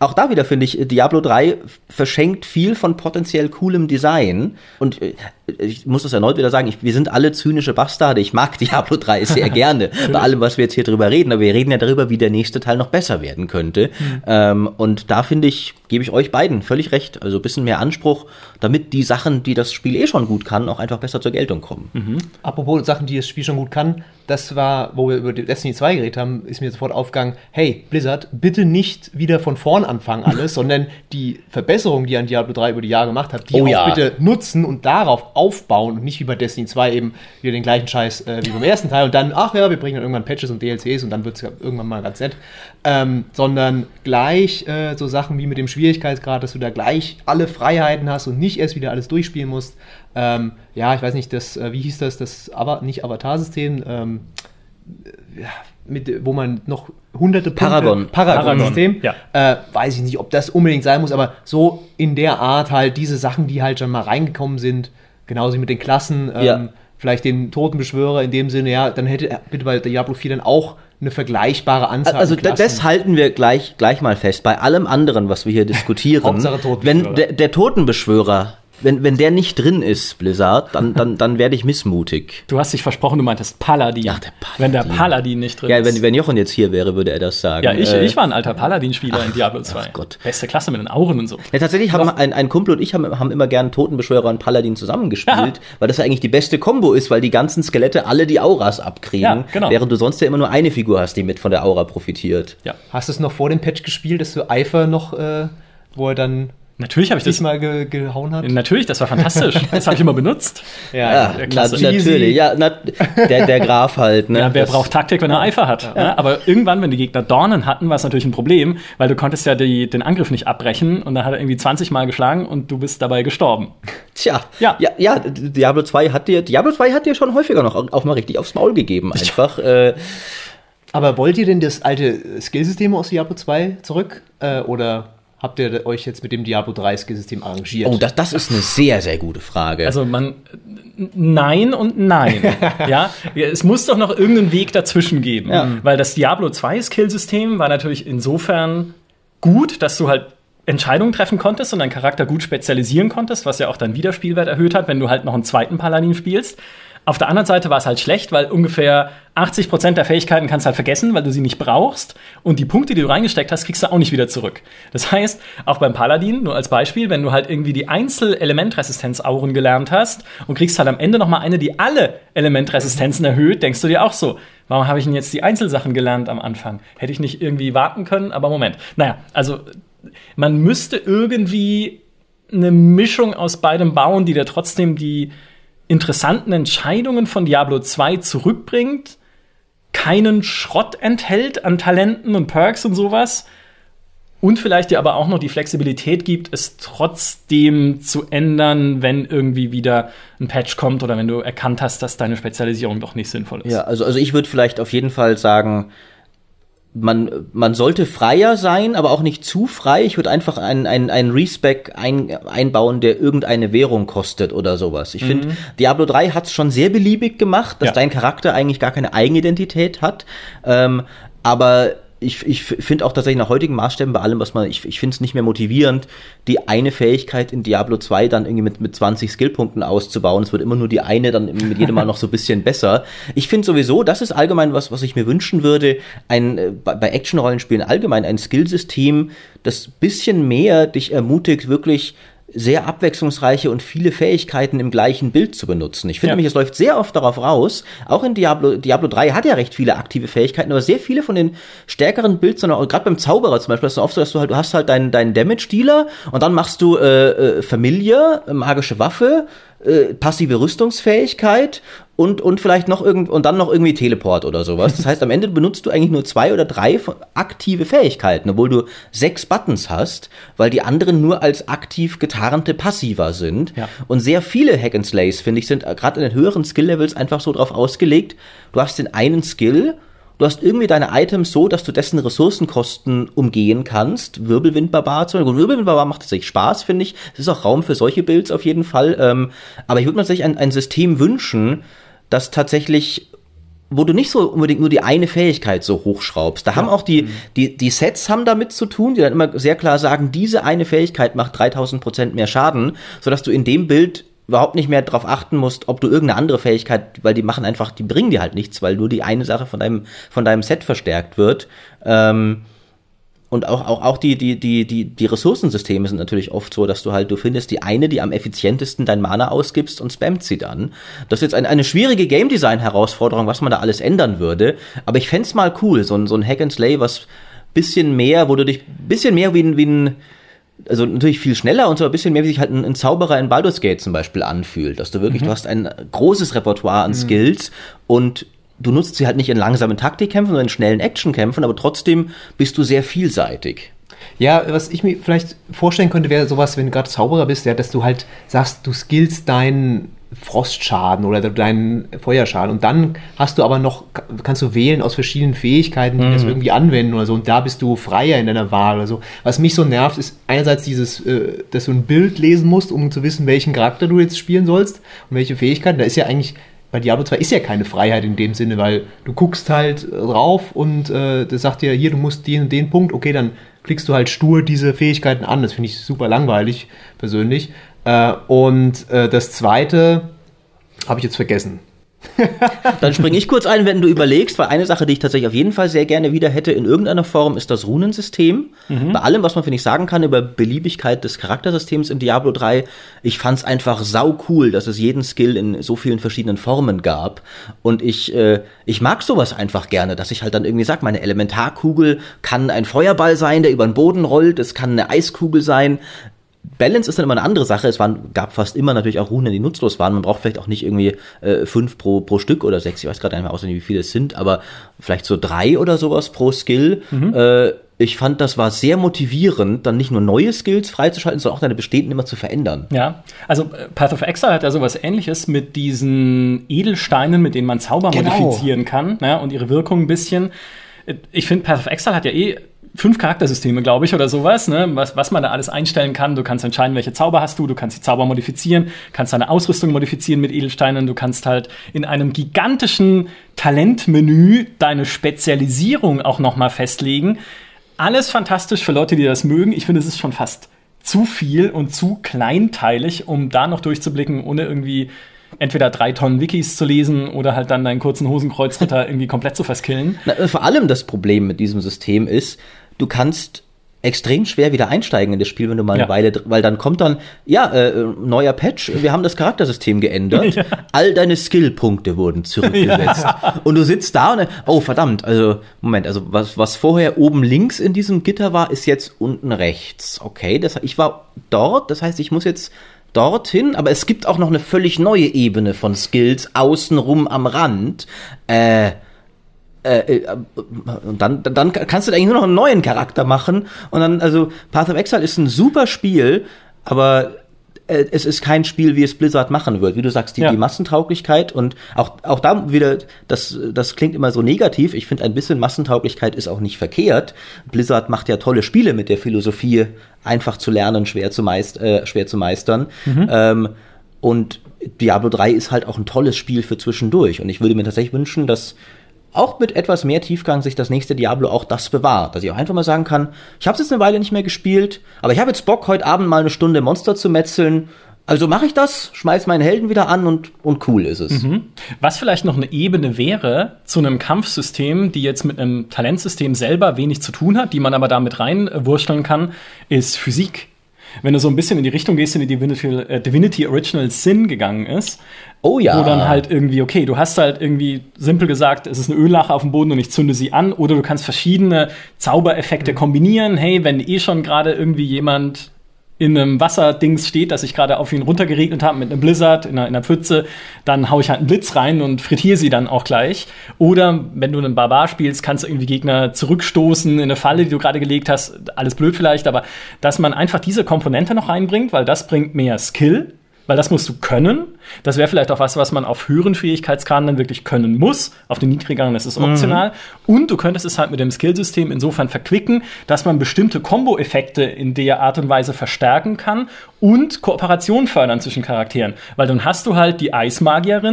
auch da wieder finde ich, Diablo drei verschenkt viel von potenziell coolem Design. Und äh, ich muss das erneut wieder sagen, ich, wir sind alle zynische Bastarde. Ich mag Diablo drei sehr gerne, bei allem, was wir jetzt hier drüber reden. Aber wir reden ja darüber, wie der nächste Teil noch besser werden könnte. Mhm. Ähm, und da finde ich, gebe ich euch beiden völlig recht. Also ein bisschen mehr Anspruch, damit die Sachen, die das Spiel eh schon gut kann, auch einfach besser zur Geltung kommen. Mhm. Apropos Sachen, die das Spiel schon gut kann, das war, wo wir über Destiny zwei geredet haben, ist mir sofort aufgegangen, hey, Blizzard, bitte nicht wieder von vorn anfangen alles, sondern die Verbesserungen, die ihr an Diablo drei über die Jahre gemacht habt, die oh, auch ja. bitte nutzen und darauf aufbauen und nicht wie bei Destiny zwei eben wieder den gleichen Scheiß äh, wie beim ersten Teil und dann, ach ja, wir bringen dann irgendwann Patches und D L Cs und dann wird es ja irgendwann mal ganz nett, ähm, sondern gleich äh, so Sachen wie mit dem Schwierigkeitsgrad, dass du da gleich alle Freiheiten hast und nicht erst wieder alles durchspielen musst. Ähm, ja, ich weiß nicht, das, äh, wie hieß das, das Ava- nicht Avatar-System, ähm, ja, mit, wo man noch hunderte Paragon. Punkte, Paragon-System, ja. äh, weiß ich nicht, ob das unbedingt sein muss, aber so in der Art halt diese Sachen, die halt schon mal reingekommen sind, genauso wie mit den Klassen, ähm, ja. vielleicht den Totenbeschwörer in dem Sinne, ja, dann hätte bitte bei Diablo vier dann auch eine vergleichbare Anzahl also an Klassen. Das halten wir gleich, gleich mal fest. Bei allem anderen, was wir hier diskutieren, Hauptsache Totenbeschwörer. wenn der, der Totenbeschwörer, wenn, wenn der nicht drin ist, Blizzard, dann, dann, dann werde ich missmutig. Du hast dich versprochen, du meintest Paladin. Ja, der Paladin. Wenn der Paladin nicht drin Ja, ist. wenn, wenn Jochen jetzt hier wäre, würde er das sagen. Ja, ich, äh, ich war ein alter Paladin-Spieler in Diablo zwei. Ach Gott. Beste Klasse mit den Auren und so. Ja, tatsächlich haben ein, ein Kumpel und ich haben, haben immer gern Totenbeschwörer und Paladin zusammengespielt, Aha. weil das ja eigentlich die beste Kombo ist, weil die ganzen Skelette alle die Auras abkriegen, Ja, genau. während du sonst ja immer nur eine Figur hast, die mit von der Aura profitiert. Ja. Hast du es noch vor dem Patch gespielt, dass du Eifer noch, äh, wo er dann Natürlich habe ich das. diesmal ge gehauen hat? Natürlich, das war fantastisch. Das habe ich immer benutzt. Ja, der na, Klasse. natürlich. Ja, na, der, der Graf halt. Ne? Ja, wer Das- braucht Taktik, wenn er Eifer hat? Ja. Ja, aber irgendwann, wenn die Gegner Dornen hatten, war es natürlich ein Problem, weil du konntest ja die, den Angriff nicht abbrechen und dann hat er irgendwie zwanzig Mal geschlagen und du bist dabei gestorben. Tja, Ja. ja, ja, Diablo zwei hat dir, Diablo zwei hat dir schon häufiger noch auch mal richtig aufs Maul gegeben. Einfach, äh, Aber wollt ihr denn das alte Skillsystem aus Diablo zwei zurück? Äh, oder habt ihr euch jetzt mit dem Diablo drei Skillsystem arrangiert? oh, das, das ist eine sehr, sehr gute Frage. Also man, nein und nein. ja, es muss doch noch irgendeinen Weg dazwischen geben. Ja. Weil das Diablo zwei Skillsystem war natürlich insofern gut, dass du halt Entscheidungen treffen konntest und deinen Charakter gut spezialisieren konntest, was ja auch deinen Wiederspielwert erhöht hat, wenn du halt noch einen zweiten Paladin spielst. Auf der anderen Seite war es halt schlecht, weil ungefähr achtzig Prozent der Fähigkeiten kannst du halt vergessen, weil du sie nicht brauchst. Und die Punkte, die du reingesteckt hast, kriegst du auch nicht wieder zurück. Das heißt, auch beim Paladin, nur als Beispiel, wenn du halt irgendwie die Einzel-Elementresistenz-Auren gelernt hast und kriegst halt am Ende noch mal eine, die alle Elementresistenzen erhöht, denkst du dir auch so, warum habe ich denn jetzt die Einzelsachen gelernt am Anfang? Hätte ich nicht irgendwie warten können? Aber Moment. Naja, also man müsste irgendwie eine Mischung aus beidem bauen, die dir trotzdem die interessanten Entscheidungen von Diablo zwei zurückbringt, keinen Schrott enthält an Talenten und Perks und sowas und vielleicht dir aber auch noch die Flexibilität gibt, es trotzdem zu ändern, wenn irgendwie wieder ein Patch kommt oder wenn du erkannt hast, dass deine Spezialisierung doch nicht sinnvoll ist. ja, also, also ich würde vielleicht auf jeden Fall sagen, man, man sollte freier sein, aber auch nicht zu frei. Ich würde einfach einen ein, ein Respec ein, einbauen, der irgendeine Währung kostet oder sowas. Ich finde, Diablo drei hat es schon sehr beliebig gemacht, dass Ja. dein Charakter eigentlich gar keine Eigenidentität hat. Ähm, aber ich, ich finde auch tatsächlich nach heutigen Maßstäben bei allem, was man, ich, ich finde es nicht mehr motivierend, die eine Fähigkeit in Diablo zwei dann irgendwie mit, mit zwanzig Skillpunkten auszubauen. Es wird immer nur die eine dann mit jedem Mal noch so ein bisschen besser. Ich finde sowieso, das ist allgemein was, was ich mir wünschen würde, ein, äh, bei, bei Action-Rollenspielen allgemein ein Skillsystem, das bisschen mehr dich ermutigt, wirklich sehr abwechslungsreiche und viele Fähigkeiten im gleichen Bild zu benutzen. Ich finde Ja. nämlich, es läuft sehr oft darauf raus, auch in Diablo, Diablo drei hat ja recht viele aktive Fähigkeiten, aber sehr viele von den stärkeren Builds, sondern gerade beim Zauberer zum Beispiel, ist es oft so, dass du halt, du hast halt deinen, deinen Damage-Dealer und dann machst du äh, äh, Familie, äh, magische Waffe, äh, passive Rüstungsfähigkeit und, und vielleicht noch irgend und dann noch irgendwie Teleport oder sowas. Das heißt, am Ende benutzt du eigentlich nur zwei oder drei von- aktive Fähigkeiten, obwohl du sechs Buttons hast, weil die anderen nur als aktiv getarnte Passiva sind. Ja. Und sehr viele Hack and Slays, finde ich, sind gerade in den höheren Skill-Levels einfach so drauf ausgelegt, du hast den einen Skill, du hast irgendwie deine Items so, dass du dessen Ressourcenkosten umgehen kannst. Wirbelwindbarbar zum Beispiel. Wirbelwindbarbar macht tatsächlich Spaß, finde ich. Es ist auch Raum für solche Builds auf jeden Fall. Ähm, aber ich würde mir tatsächlich ein, ein System wünschen, das tatsächlich wo du nicht so unbedingt nur die eine Fähigkeit so hochschraubst. Da ja. haben auch die, die, die Sets haben damit zu tun, die dann immer sehr klar sagen, diese eine Fähigkeit macht dreitausend Prozent mehr Schaden, sodass du in dem Bild überhaupt nicht mehr darauf achten musst, ob du irgendeine andere Fähigkeit, weil die machen einfach, die bringen dir halt nichts, weil nur die eine Sache von deinem, von deinem Set verstärkt wird. Ähm, Und auch, auch, auch die, die, die, die, die Ressourcensysteme sind natürlich oft so, dass du halt, du findest die eine, die am effizientesten dein Mana ausgibst und spammt sie dann. Das ist jetzt eine, eine schwierige Game-Design-Herausforderung, was man da alles ändern würde. Aber ich fänd's mal cool, so ein, so ein Hack-and-Slay, was bisschen mehr, wo du dich bisschen mehr wie ein, wie ein, also natürlich viel schneller und so ein bisschen mehr wie sich halt ein, ein Zauberer in Baldur's Gate zum Beispiel anfühlt. Dass du wirklich, mhm. du hast ein großes Repertoire an mhm. Skills und du nutzt sie halt nicht in langsamen Taktikkämpfen, sondern in schnellen Actionkämpfen, aber trotzdem bist du sehr vielseitig. Ja, was ich mir vielleicht vorstellen könnte, wäre sowas, wenn du gerade Zauberer bist, ja, dass du halt sagst, du skillst deinen Frostschaden oder deinen Feuerschaden und dann hast du aber noch, kannst du wählen aus verschiedenen Fähigkeiten, die mhm. das irgendwie anwenden oder so und da bist du freier in deiner Wahl oder so. Was mich so nervt, ist einerseits dieses, äh, dass du ein Bild lesen musst, um zu wissen, welchen Charakter du jetzt spielen sollst und welche Fähigkeiten. Da ist ja eigentlich bei Diablo zwei ist ja keine Freiheit in dem Sinne, weil du guckst halt drauf und äh, das sagt dir, hier, du musst den und den Punkt, okay, dann klickst du halt stur diese Fähigkeiten an. Das finde ich super langweilig, persönlich. Äh, und äh, das Zweite habe ich jetzt vergessen. Dann springe ich kurz ein, wenn du überlegst, weil eine Sache, die ich tatsächlich auf jeden Fall sehr gerne wieder hätte in irgendeiner Form, ist das Runensystem. Mhm. Bei allem, was man, finde ich, sagen kann über Beliebigkeit des Charaktersystems in Diablo drei, ich fand es einfach sau cool, dass es jeden Skill in so vielen verschiedenen Formen gab. Und ich, äh, ich mag sowas einfach gerne, dass ich halt dann irgendwie sage, meine Elementarkugel kann ein Feuerball sein, der über den Boden rollt, es kann eine Eiskugel sein. Balance ist dann immer eine andere Sache. Es waren, gab fast immer natürlich auch Runen, die nutzlos waren. Man braucht vielleicht auch nicht irgendwie äh, fünf pro, pro Stück oder sechs. Ich weiß gerade nicht mehr auswendig, wie viele es sind, aber vielleicht so drei oder sowas pro Skill. Mhm. Äh, ich fand, das war sehr motivierend, dann nicht nur neue Skills freizuschalten, sondern auch deine bestehenden immer zu verändern. Ja, also Path of Exile hat ja sowas Ähnliches mit diesen Edelsteinen, mit denen man Zauber genau. modifizieren kann, ne, und ihre Wirkung ein bisschen. Ich finde, Path of Exile hat ja eh fünf Charaktersysteme, glaube ich, oder sowas, ne? was, was man da alles einstellen kann. Du kannst entscheiden, welche Zauber hast du, du kannst die Zauber modifizieren, kannst deine Ausrüstung modifizieren mit Edelsteinen, du kannst halt in einem gigantischen Talentmenü deine Spezialisierung auch noch mal festlegen. Alles fantastisch für Leute, die das mögen. Ich finde, es ist schon fast zu viel und zu kleinteilig, um da noch durchzublicken, ohne irgendwie entweder drei Tonnen Wikis zu lesen oder halt dann deinen kurzen Hosenkreuzritter irgendwie komplett zu verskillen. Na, vor allem das Problem mit diesem System ist, du kannst extrem schwer wieder einsteigen in das Spiel, wenn du mal ja. eine Weile, weil dann kommt dann, ja, äh, neuer Patch, wir haben das Charaktersystem geändert, ja. all deine Skillpunkte wurden zurückgesetzt. Ja. Und du sitzt da und, oh verdammt, also, Moment, also was, was vorher oben links in diesem Gitter war, ist jetzt unten rechts. Okay, das, ich war dort, das heißt, ich muss jetzt dorthin, aber es gibt auch noch eine völlig neue Ebene von Skills außenrum am Rand. Äh, Äh, und dann, dann kannst du eigentlich nur noch einen neuen Charakter machen. Und dann, also, Path of Exile ist ein super Spiel, aber äh, es ist kein Spiel, wie es Blizzard machen wird. Wie du sagst, die, ja. die Massentauglichkeit und auch, auch da wieder, das, das klingt immer so negativ. Ich finde, ein bisschen Massentauglichkeit ist auch nicht verkehrt. Blizzard macht ja tolle Spiele mit der Philosophie, einfach zu lernen, schwer zu, meist, äh, schwer zu meistern. Mhm. Ähm, und Diablo drei ist halt auch ein tolles Spiel für zwischendurch. Und ich würde mir tatsächlich wünschen, dass auch mit etwas mehr Tiefgang sich das nächste Diablo auch das bewahrt. Dass ich auch einfach mal sagen kann, ich habe es jetzt eine Weile nicht mehr gespielt, aber ich habe jetzt Bock, heute Abend mal eine Stunde Monster zu metzeln. Also mache ich das, schmeiß meinen Helden wieder an und, und cool ist es. Mhm. Was vielleicht noch eine Ebene wäre zu einem Kampfsystem, die jetzt mit einem Talentsystem selber wenig zu tun hat, die man aber damit reinwursteln kann, ist Physik. Wenn du so ein bisschen in die Richtung gehst, in die Divinity, äh, Divinity Original Sin gegangen ist, oh ja. wo dann halt irgendwie, okay, du hast halt irgendwie simpel gesagt, es ist eine Öllache auf dem Boden und ich zünde sie an, oder du kannst verschiedene Zaubereffekte mhm. kombinieren. Hey, wenn eh schon gerade irgendwie jemand in einem Wasserdings steht, dass ich gerade auf ihn runtergeregnet habe mit einem Blizzard in einer, in einer Pfütze, dann hau ich halt einen Blitz rein und frittiere sie dann auch gleich. Oder wenn du einen Barbar spielst, kannst du irgendwie Gegner zurückstoßen in eine Falle, die du gerade gelegt hast. Alles blöd vielleicht, aber dass man einfach diese Komponente noch reinbringt, weil das bringt mehr Skill, weil das musst du können. Das wäre vielleicht auch was, was man auf höheren Fähigkeitsgraden dann wirklich können muss. Auf den niedrigeren ist es optional. Mhm. Und du könntest es halt mit dem Skillsystem insofern verquicken, dass man bestimmte Kombo-Effekte in der Art und Weise verstärken kann und Kooperation fördern zwischen Charakteren. Weil dann hast du halt die Eismagierin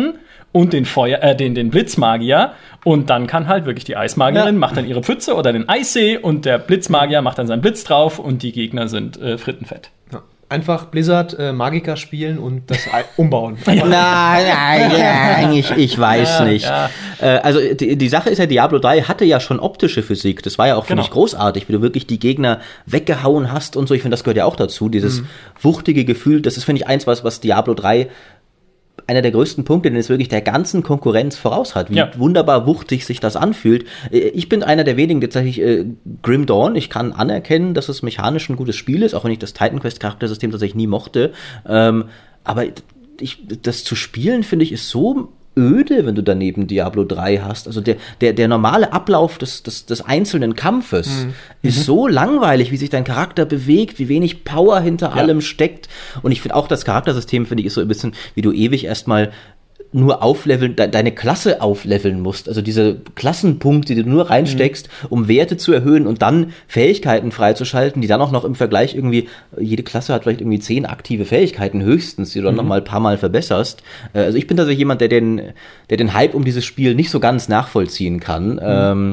und den Feuer, äh, den, den Blitzmagier. Und dann kann halt wirklich die Eismagierin, ja. macht dann ihre Pfütze oder den Eissee und der Blitzmagier macht dann seinen Blitz drauf und die Gegner sind äh, frittenfett. Ja. Einfach Blizzard äh, Magica spielen und das umbauen. Nein, nein, nein, ich, ich weiß ja, nicht. Ja. Äh, also die, die Sache ist ja, Diablo drei hatte ja schon optische Physik. Das war ja auch, finde genau. ich, großartig, wie du wirklich die Gegner weggehauen hast und so. Ich finde, das gehört ja auch dazu. Dieses mhm. wuchtige Gefühl, das ist, finde ich, eins, was, was Diablo drei einer der größten Punkte, den es wirklich der ganzen Konkurrenz voraus hat, wie ja. wunderbar wuchtig sich das anfühlt. Ich bin einer der wenigen, der tatsächlich äh, Grim Dawn, ich kann anerkennen, dass es mechanisch ein gutes Spiel ist, auch wenn ich das Titan Quest Charaktersystem tatsächlich nie mochte. Ähm, aber ich, das zu spielen, finde ich, ist so öde, wenn du daneben Diablo drei hast. Also der, der, der normale Ablauf des, des, des einzelnen Kampfes mhm. ist so langweilig, wie sich dein Charakter bewegt, wie wenig Power hinter ja. allem steckt. Und ich finde auch, das Charaktersystem, finde ich, ist so ein bisschen, wie du ewig erstmal nur aufleveln, de- deine Klasse aufleveln musst. Also diese Klassenpunkte, die du nur reinsteckst, mhm. um Werte zu erhöhen und dann Fähigkeiten freizuschalten, die dann auch noch im Vergleich irgendwie, jede Klasse hat vielleicht irgendwie zehn aktive Fähigkeiten höchstens, die du dann mhm. noch mal ein paar Mal verbesserst. Also ich bin tatsächlich jemand, der den, der den Hype um dieses Spiel nicht so ganz nachvollziehen kann. Mhm. Ähm,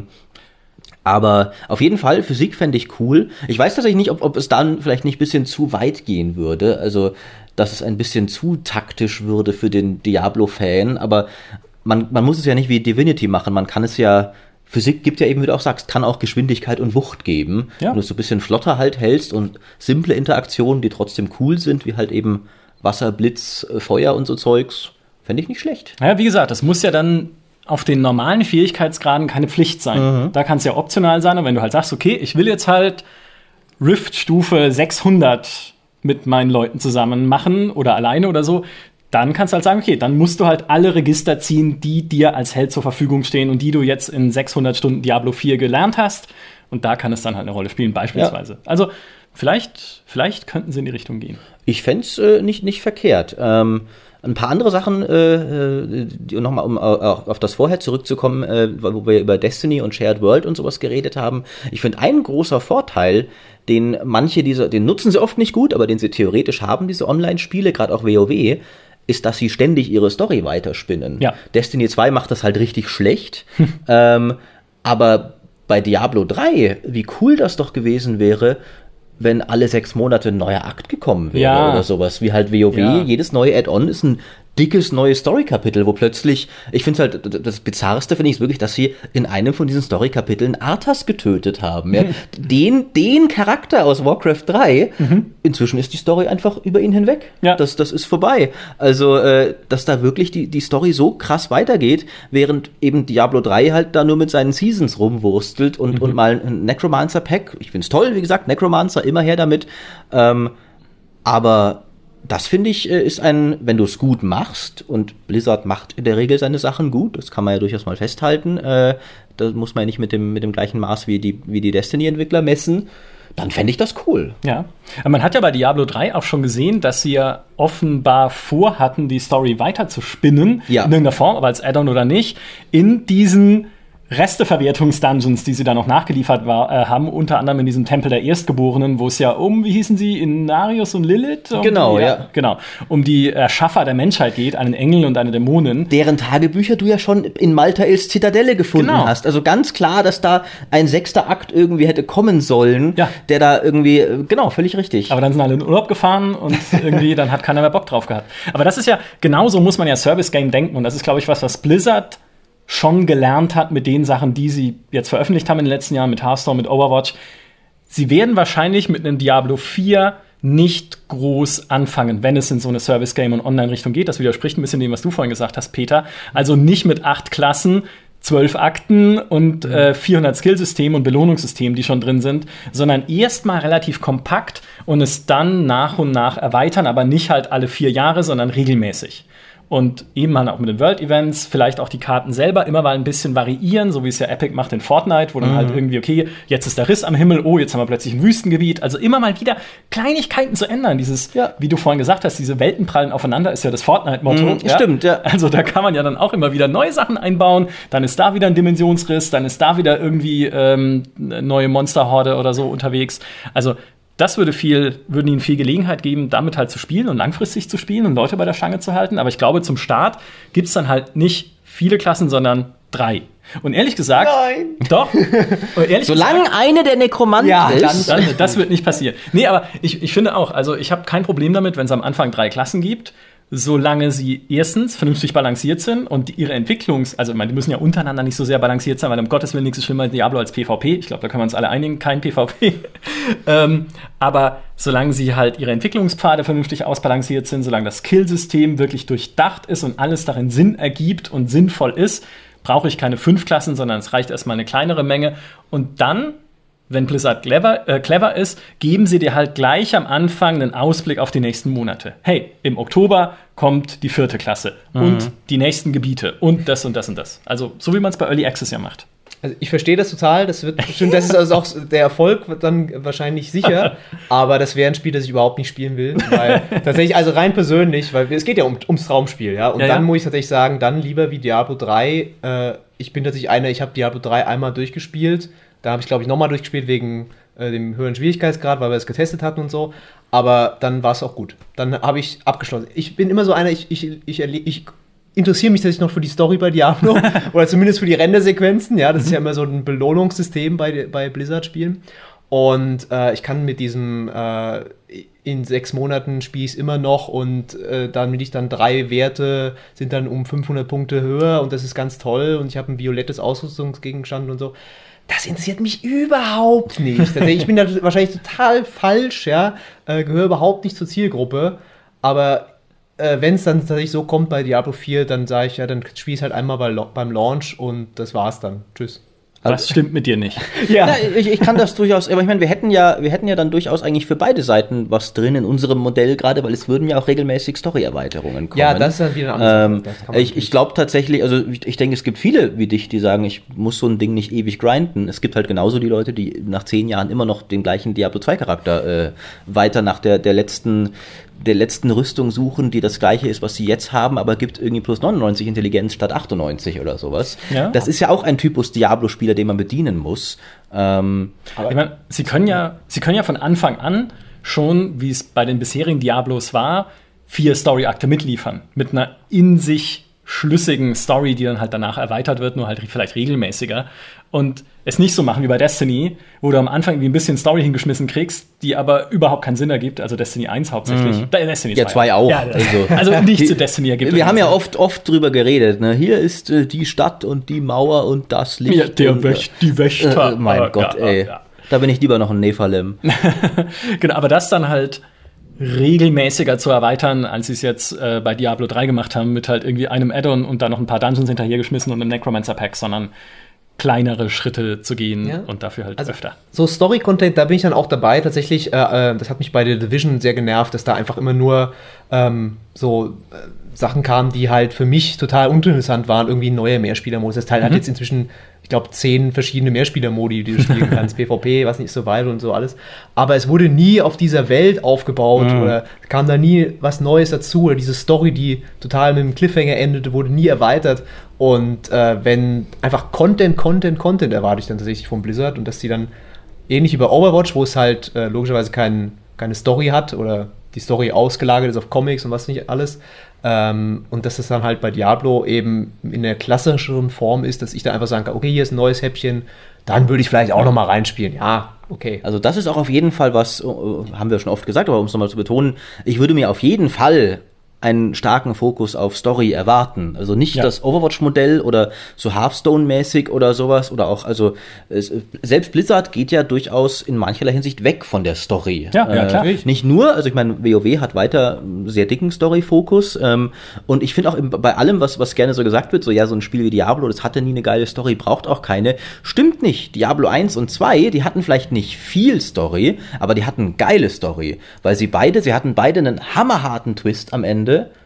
aber auf jeden Fall, Physik fände ich cool. Ich weiß tatsächlich nicht, ob, ob es dann vielleicht nicht ein bisschen zu weit gehen würde. Also dass es ein bisschen zu taktisch würde für den Diablo-Fan, aber man, man muss es ja nicht wie Divinity machen, man kann es ja, Physik gibt ja eben, wie du auch sagst, kann auch Geschwindigkeit und Wucht geben, ja. wenn du es so ein bisschen flotter halt hältst und simple Interaktionen, die trotzdem cool sind, wie halt eben Wasser, Blitz, Feuer und so Zeugs, fände ich nicht schlecht. Ja, wie gesagt, das muss ja dann auf den normalen Fähigkeitsgraden keine Pflicht sein. Mhm. Da kann es ja optional sein, und wenn du halt sagst, okay, ich will jetzt halt Rift-Stufe sechshundert mit meinen Leuten zusammen machen oder alleine oder so, dann kannst du halt sagen, okay, dann musst du halt alle Register ziehen, die dir als Held zur Verfügung stehen und die du jetzt in sechshundert Stunden Diablo vier gelernt hast. Und da kann es dann halt eine Rolle spielen, beispielsweise. Ja. Also vielleicht, vielleicht könnten sie in die Richtung gehen. Ich fände es äh, nicht, nicht verkehrt. Ähm, ein paar andere Sachen, äh, die, nochmal, um auch auf das vorher zurückzukommen, äh, wo wir über Destiny und Shared World und sowas geredet haben. Ich finde, ein großer Vorteil, den manche dieser, den nutzen sie oft nicht gut, aber den sie theoretisch haben, diese Online-Spiele, gerade auch WoW, ist, dass sie ständig ihre Story weiterspinnen. Ja. Destiny zwei macht das halt richtig schlecht, ähm, aber bei Diablo drei, wie cool das doch gewesen wäre, wenn alle sechs Monate ein neuer Akt gekommen wäre ja. oder sowas, wie halt WoW. Ja. Jedes neue Add-on ist ein dickes neues Story-Kapitel, wo plötzlich, ich finde es halt, das Bizarrste finde ich wirklich, dass sie in einem von diesen Story-Kapiteln Arthas getötet haben. Ja? Mhm. Den, den Charakter aus Warcraft drei, mhm. inzwischen ist die Story einfach über ihn hinweg. Ja. Das, das ist vorbei. Also, äh, dass da wirklich die, die Story so krass weitergeht, während eben Diablo drei halt da nur mit seinen Seasons rumwurstelt und, mhm. und mal ein Necromancer-Pack. Ich finde es toll, wie gesagt, Necromancer, immer her damit. Ähm, aber das, finde ich, ist ein, wenn du es gut machst, und Blizzard macht in der Regel seine Sachen gut, das kann man ja durchaus mal festhalten, äh, da muss man ja nicht mit dem, mit dem gleichen Maß wie die, wie die Destiny-Entwickler messen, dann fände ich das cool. Ja, aber man hat ja bei Diablo drei auch schon gesehen, dass sie ja offenbar vorhatten, die Story weiter zu spinnen, ja. in irgendeiner Form, aber als Add-on oder nicht, in diesen Resteverwertungs-Dungeons, die sie da noch nachgeliefert war, äh, haben, unter anderem in diesem Tempel der Erstgeborenen, wo es ja um, wie hießen sie, Inarius und Lilith? Um genau, die, ja, ja. Genau, um die Erschaffer der Menschheit geht, einen Engel und eine Dämonin. Deren Tagebücher du ja schon in Maltails Zitadelle gefunden genau. hast. Also ganz klar, dass da ein sechster Akt irgendwie hätte kommen sollen, ja. der da irgendwie, genau, völlig richtig. Aber dann sind alle in Urlaub gefahren und irgendwie, dann hat keiner mehr Bock drauf gehabt. Aber das ist ja, genauso muss man ja Service-Game denken, und das ist, glaube ich, was, was Blizzard schon gelernt hat mit den Sachen, die sie jetzt veröffentlicht haben in den letzten Jahren, mit Hearthstone, mit Overwatch. Sie werden wahrscheinlich mit einem Diablo vier nicht groß anfangen, wenn es in so eine Service-Game- und Online-Richtung geht. Das widerspricht ein bisschen dem, was du vorhin gesagt hast, Peter. Also nicht mit acht Klassen, zwölf Akten und äh, vierhundert Skillsystemen und Belohnungssystemen, die schon drin sind, sondern erstmal relativ kompakt und es dann nach und nach erweitern, aber nicht halt alle vier Jahre, sondern regelmäßig. Und eben halt auch mit den World-Events, vielleicht auch die Karten selber immer mal ein bisschen variieren, so wie es ja Epic macht in Fortnite, wo dann mhm. halt irgendwie, okay, jetzt ist der Riss am Himmel, oh, jetzt haben wir plötzlich ein Wüstengebiet. Also immer mal wieder Kleinigkeiten zu ändern. Dieses, ja. wie du vorhin gesagt hast, diese Welten prallen aufeinander, ist ja das Fortnite-Motto. Mhm, ja? Stimmt, ja. Also da kann man ja dann auch immer wieder neue Sachen einbauen. Dann ist da wieder ein Dimensionsriss, dann ist da wieder irgendwie ähm, eine neue Monsterhorde oder so unterwegs. Also das würde viel, würden ihnen viel Gelegenheit geben, damit halt zu spielen und langfristig zu spielen und Leute bei der Stange zu halten. Aber ich glaube, zum Start gibt es dann halt nicht viele Klassen, sondern drei. Und ehrlich gesagt, Nein. Doch. Und ehrlich Solange gesagt, eine der Nekromanten Ja, ist. dann, das wird nicht passieren. Nee, aber ich, ich finde auch, also ich habe kein Problem damit, wenn es am Anfang drei Klassen gibt, solange sie erstens vernünftig balanciert sind und ihre Entwicklungs-, also ich meine, die müssen ja untereinander nicht so sehr balanciert sein, weil um Gottes Willen nichts ist schlimmer als Diablo als PvP. Ich glaube, da können wir uns alle einigen, kein PvP. ähm, aber solange sie halt ihre Entwicklungspfade vernünftig ausbalanciert sind, solange das Skillsystem wirklich durchdacht ist und alles darin Sinn ergibt und sinnvoll ist, brauche ich keine fünf Klassen, sondern es reicht erstmal eine kleinere Menge. Und dann, wenn Blizzard clever, äh, clever ist, geben sie dir halt gleich am Anfang einen Ausblick auf die nächsten Monate. Hey, im Oktober kommt die vierte Klasse mhm. und die nächsten Gebiete und das und das und das. Also so wie man es bei Early Access ja macht. Also ich verstehe das total, das wird bestimmt, das ist also auch der Erfolg wird dann wahrscheinlich sicher, aber das wäre ein Spiel, das ich überhaupt nicht spielen will, weil tatsächlich, also rein persönlich, weil es geht ja um, ums Traumspiel, ja, und ja, dann ja. muss ich tatsächlich sagen, dann lieber wie Diablo drei, äh, ich bin tatsächlich einer, ich habe Diablo drei einmal durchgespielt, da habe ich glaube ich nochmal durchgespielt wegen äh, dem höheren Schwierigkeitsgrad, weil wir es getestet hatten und so, aber dann war es auch gut, dann habe ich abgeschlossen. Ich bin immer so einer, ich, ich, ich, ich, ich interessiere mich tatsächlich noch für die Story bei Diablo oder zumindest für die Rendersequenzen. Ja, das ist ja immer so ein Belohnungssystem bei, bei Blizzard-Spielen. Und äh, ich kann mit diesem äh, in sechs Monaten spiele ich es immer noch und äh, dann bin ich dann drei Werte, sind dann um fünfhundert Punkte höher und das ist ganz toll und ich habe ein violettes Ausrüstungsgegenstand und so. Das interessiert mich überhaupt nicht. Ich bin da wahrscheinlich total falsch, ja, äh, gehöre überhaupt nicht zur Zielgruppe, aber Äh, wenn es dann tatsächlich so kommt bei Diablo vier, dann sage ich ja, dann spiele ich halt einmal bei, beim Launch und das war's dann. Tschüss. Was stimmt mit dir nicht? Ja, ja ich, ich kann das durchaus, aber ich meine, wir hätten ja, wir hätten ja dann durchaus eigentlich für beide Seiten was drin in unserem Modell gerade, weil es würden ja auch regelmäßig Story-Erweiterungen kommen. Ja, das ist dann wieder eine andere Sache. Ähm, ich ich glaube tatsächlich, also ich, ich denke, es gibt viele wie dich, die sagen, ich muss so ein Ding nicht ewig grinden. Es gibt halt genauso die Leute, die nach zehn Jahren immer noch den gleichen Diablo zwei Charakter äh, weiter nach der, der letzten der letzten Rüstung suchen, die das gleiche ist, was sie jetzt haben, aber gibt irgendwie plus neunundneunzig Intelligenz statt achtundneunzig oder sowas. Ja. Das ist ja auch ein Typus Diablo-Spieler, den man bedienen muss. Ähm, aber ich meine, sie können ja, sie können ja von Anfang an schon, wie es bei den bisherigen Diablos war, vier Story-Akte mitliefern. Mit einer in sich schlüssigen Story, die dann halt danach erweitert wird, nur halt vielleicht regelmäßiger. Und es nicht so machen wie bei Destiny, wo du am Anfang irgendwie ein bisschen Story hingeschmissen kriegst, die aber überhaupt keinen Sinn ergibt. Also Destiny eins hauptsächlich. Mhm. Destiny ja, zwei auch. Ja, also, also nicht die, zu Destiny ergibt. Wir haben ja oft, oft drüber geredet. Ne? Hier ist äh, die Stadt und die Mauer und das Licht. Ja, der und, Wächt, die Wächter. Äh, mein äh, Gott, ja, ey. Ja. Da bin ich lieber noch ein Nephalem. Genau, aber das dann halt regelmäßiger zu erweitern, als sie es jetzt äh, bei Diablo drei gemacht haben, mit halt irgendwie einem Add-on und dann noch ein paar Dungeons hinterhergeschmissen und einem Necromancer-Pack, sondern kleinere Schritte zu gehen ja. und dafür halt also öfter. So Story-Content, da bin ich dann auch dabei. Tatsächlich, äh, das hat mich bei The Division sehr genervt, dass da einfach immer nur ähm, so äh, Sachen kamen, die halt für mich total uninteressant waren. Irgendwie ein neuer Mehrspieler-Modus. Das Teil mhm. hat jetzt inzwischen, ich glaube, zehn verschiedene Mehrspieler-Modi, die du spielen kannst. PvP, was nicht, Survival und so alles. Aber es wurde nie auf dieser Welt aufgebaut mhm. oder kam da nie was Neues dazu. Oder diese Story, die total mit einem Cliffhanger endete, wurde nie erweitert. Und äh, wenn einfach Content, Content, Content erwarte ich dann tatsächlich von Blizzard und dass die dann ähnlich wie bei Overwatch, wo es halt äh, logischerweise kein, keine Story hat oder die Story ausgelagert ist auf Comics und was nicht alles, ähm, und dass es dann halt bei Diablo eben in der klassischeren Form ist, dass ich da einfach sagen kann, okay, hier ist ein neues Häppchen, dann würde ich vielleicht auch noch mal reinspielen. Ja, okay. Also das ist auch auf jeden Fall was, haben wir schon oft gesagt, aber um es nochmal zu betonen, ich würde mir auf jeden Fall einen starken Fokus auf Story erwarten. Also nicht ja. das Overwatch-Modell oder so Hearthstone-mäßig oder sowas. Oder auch, also es, selbst Blizzard geht ja durchaus in mancherlei Hinsicht weg von der Story. Ja, ja klar. Äh, nicht nur, also ich meine, WoW hat weiter einen sehr dicken Story-Fokus. Ähm, und ich finde auch im, bei allem, was, was gerne so gesagt wird, so ja, so ein Spiel wie Diablo, das hatte nie eine geile Story, braucht auch keine. Stimmt nicht. Diablo eins und zwei, die hatten vielleicht nicht viel Story, aber die hatten geile Story. Weil sie beide, sie hatten beide einen hammerharten Twist am Ende.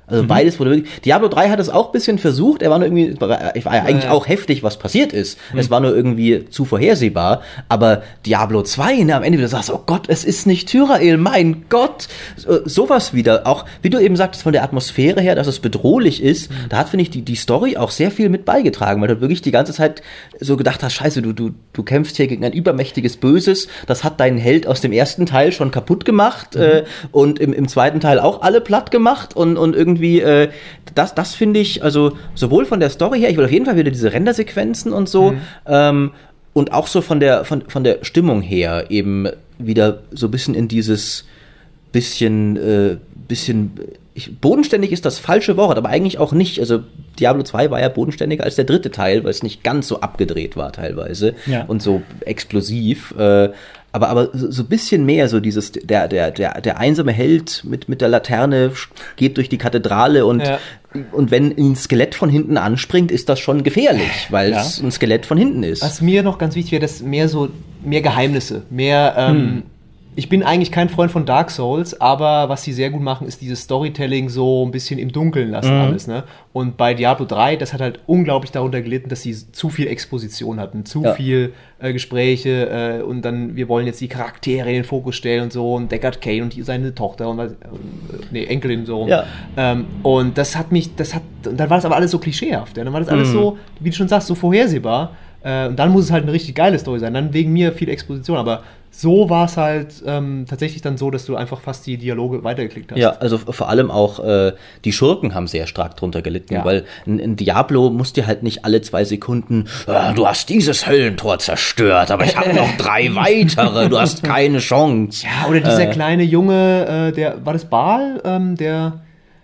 Also mhm. beides wurde wirklich. Diablo drei hat es auch ein bisschen versucht. Er war nur irgendwie, ich war ja eigentlich ja. auch heftig, was passiert ist. Mhm. Es war nur irgendwie zu vorhersehbar. Aber Diablo zwei, ne, am Ende wieder sagst, oh Gott, es ist nicht Tyrael, mein Gott. Sowas wieder. Auch, wie du eben sagtest, von der Atmosphäre her, dass es bedrohlich ist, mhm. da hat, finde ich, die, die Story auch sehr viel mit beigetragen, weil du wirklich die ganze Zeit so gedacht hast, scheiße, du, du, du kämpfst hier gegen ein übermächtiges Böses. Das hat deinen Held aus dem ersten Teil schon kaputt gemacht mhm. äh, und im, im zweiten Teil auch alle platt gemacht und, und irgendwie Wie, äh, das, das finde ich, also sowohl von der Story her, ich will auf jeden Fall wieder diese Rendersequenzen und so, mhm. ähm, und auch so von der, von, von der Stimmung her eben wieder so ein bisschen in dieses bisschen, äh, bisschen, ich, bodenständig ist das falsche Wort, aber eigentlich auch nicht. Also Diablo zwei war ja bodenständiger als der dritte Teil, weil es nicht ganz so abgedreht war teilweise ja. und so explosiv. Äh, Aber, aber so ein bisschen mehr, so dieses, der, der, der, der einsame Held mit, mit der Laterne geht durch die Kathedrale und, ja. und wenn ein Skelett von hinten anspringt, ist das schon gefährlich, weil ja. es ein Skelett von hinten ist. Was mir noch ganz wichtig wäre, dass mehr so, mehr Geheimnisse, mehr, ähm, hm. ich bin eigentlich kein Freund von Dark Souls, aber was sie sehr gut machen, ist dieses Storytelling so ein bisschen im Dunkeln lassen mhm. alles, ne? Und bei Diablo drei, das hat halt unglaublich darunter gelitten, dass sie zu viel Exposition hatten, zu ja. viel äh, Gespräche äh, und dann, wir wollen jetzt die Charaktere in den Fokus stellen und so und Deckard Cain und die, seine Tochter und was, äh, nee, Enkelin so. Ja. Ähm, und das hat mich, das hat, dann war das aber alles so klischeehaft, ja? Dann war das alles mhm. so, wie du schon sagst, so vorhersehbar. Äh, und dann muss es halt eine richtig geile Story sein, dann wegen mir viel Exposition, aber so war es halt ähm, tatsächlich dann so, dass du einfach fast die Dialoge weitergeklickt hast. Ja, also vor allem auch äh, die Schurken haben sehr stark drunter gelitten, ja. weil in, in Diablo musst du halt nicht alle zwei Sekunden, ah, du hast dieses Höllentor zerstört, aber ich habe noch drei weitere, du hast keine Chance. Ja, oder dieser äh, kleine Junge, äh, der, war das Baal, ähm, der...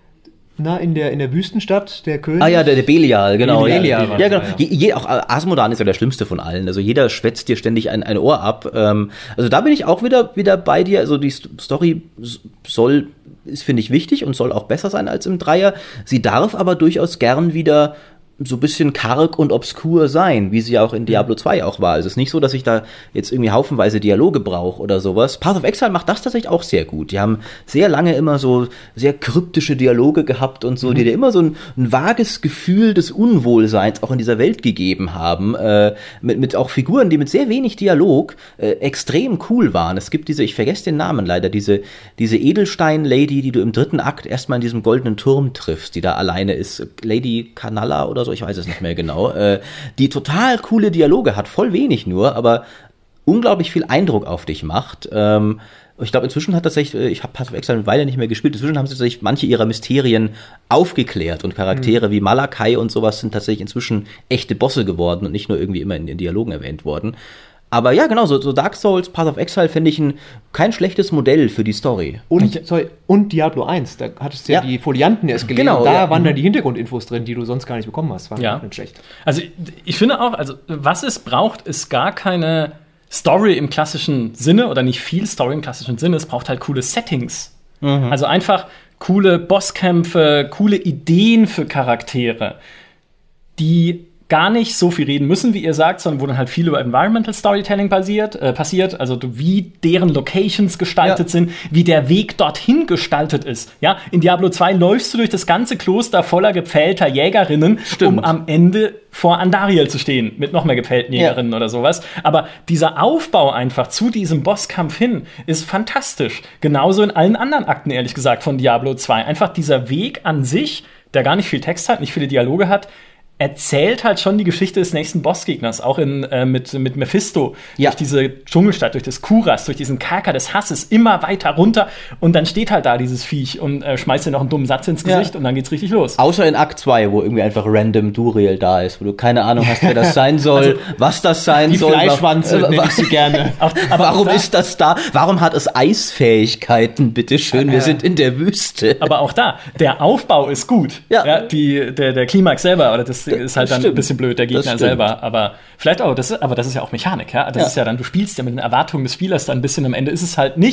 Na, in der, in der Wüstenstadt, der König. Ah ja, der, der Belial, genau. Belial, ja, ja, ja, genau. Je, je, auch Asmodan ist ja der schlimmste von allen. Also jeder schwätzt dir ständig ein, ein Ohr ab. Ähm, also da bin ich auch wieder, wieder bei dir. Also die Story soll, ist, finde ich, wichtig und soll auch besser sein als im Dreier. Sie darf aber durchaus gern wieder so ein bisschen karg und obskur sein, wie sie ja auch in Diablo zwei auch war. Also es ist nicht so, dass ich da jetzt irgendwie haufenweise Dialoge brauche oder sowas. Path of Exile macht das tatsächlich auch sehr gut. Die haben sehr lange immer so sehr kryptische Dialoge gehabt und so, mhm. die dir immer so ein, ein vages Gefühl des Unwohlseins auch in dieser Welt gegeben haben, äh, mit, mit auch Figuren, die mit sehr wenig Dialog äh, extrem cool waren. Es gibt diese, ich vergesse den Namen leider, diese, diese Edelstein-Lady, die du im dritten Akt erstmal in diesem goldenen Turm triffst, die da alleine ist. Lady Kanala oder so, ich weiß es nicht mehr genau, äh, die total coole Dialoge hat, voll wenig nur, aber unglaublich viel Eindruck auf dich macht. Ähm, ich glaube, inzwischen hat tatsächlich, ich habe Path of Exile eine Weile nicht mehr gespielt, inzwischen haben sie tatsächlich manche ihrer Mysterien aufgeklärt und Charaktere mhm. wie Malakai und sowas sind tatsächlich inzwischen echte Bosse geworden und nicht nur irgendwie immer in den Dialogen erwähnt worden. Aber ja, genau, so, so Dark Souls, Path of Exile finde ich ein, kein schlechtes Modell für die Story. Und, sorry, und Diablo eins, da hattest du ja, ja die Folianten erst gelesen. Genau, da ja. waren dann die Hintergrundinfos drin, die du sonst gar nicht bekommen hast. War ja. nicht schlecht. Also ich finde auch, also was es braucht, ist gar keine Story im klassischen Sinne oder nicht viel Story im klassischen Sinne. Es braucht halt coole Settings. Mhm. Also einfach coole Bosskämpfe, coole Ideen für Charaktere, die gar nicht so viel reden müssen, wie ihr sagt, sondern wo dann halt viel über Environmental Storytelling basiert, äh, passiert, also wie deren Locations gestaltet ja. sind, wie der Weg dorthin gestaltet ist. Ja, in Diablo zwei läufst du durch das ganze Kloster voller gepfählter Jägerinnen, Stimmt. um am Ende vor Andariel zu stehen, mit noch mehr gepfählten Jägerinnen ja. oder sowas. Aber dieser Aufbau einfach zu diesem Bosskampf hin ist fantastisch. Genauso in allen anderen Akten, ehrlich gesagt, von Diablo zwei. Einfach dieser Weg an sich, der gar nicht viel Text hat, nicht viele Dialoge hat, erzählt halt schon die Geschichte des nächsten Bossgegners, auch in, äh, mit, mit Mephisto, ja. durch diese Dschungelstadt, durch das Kuras, durch diesen Kerker des Hasses, immer weiter runter und dann steht halt da dieses Viech und äh, schmeißt dir noch einen dummen Satz ins Gesicht ja. und dann geht's richtig los. Außer in Akt zwei, wo irgendwie einfach random Duriel da ist, wo du keine Ahnung hast, wer das sein soll, also, was das sein die soll. Die Fleischwanze nenne ich sie gerne. Auch, aber warum ist das da? Warum hat es Eisfähigkeiten, bitteschön? Wir sind in der Wüste. Aber auch da, der Aufbau ist gut. Ja. Ja, die, der, der Klimax selber, oder das ist halt dann ein bisschen blöd, der Gegner selber. Aber vielleicht auch, das ist, aber das ist ja auch Mechanik, ja. Das ja. ist ja dann, du spielst ja mit den Erwartungen des Spielers dann ein bisschen, am Ende ist es halt nicht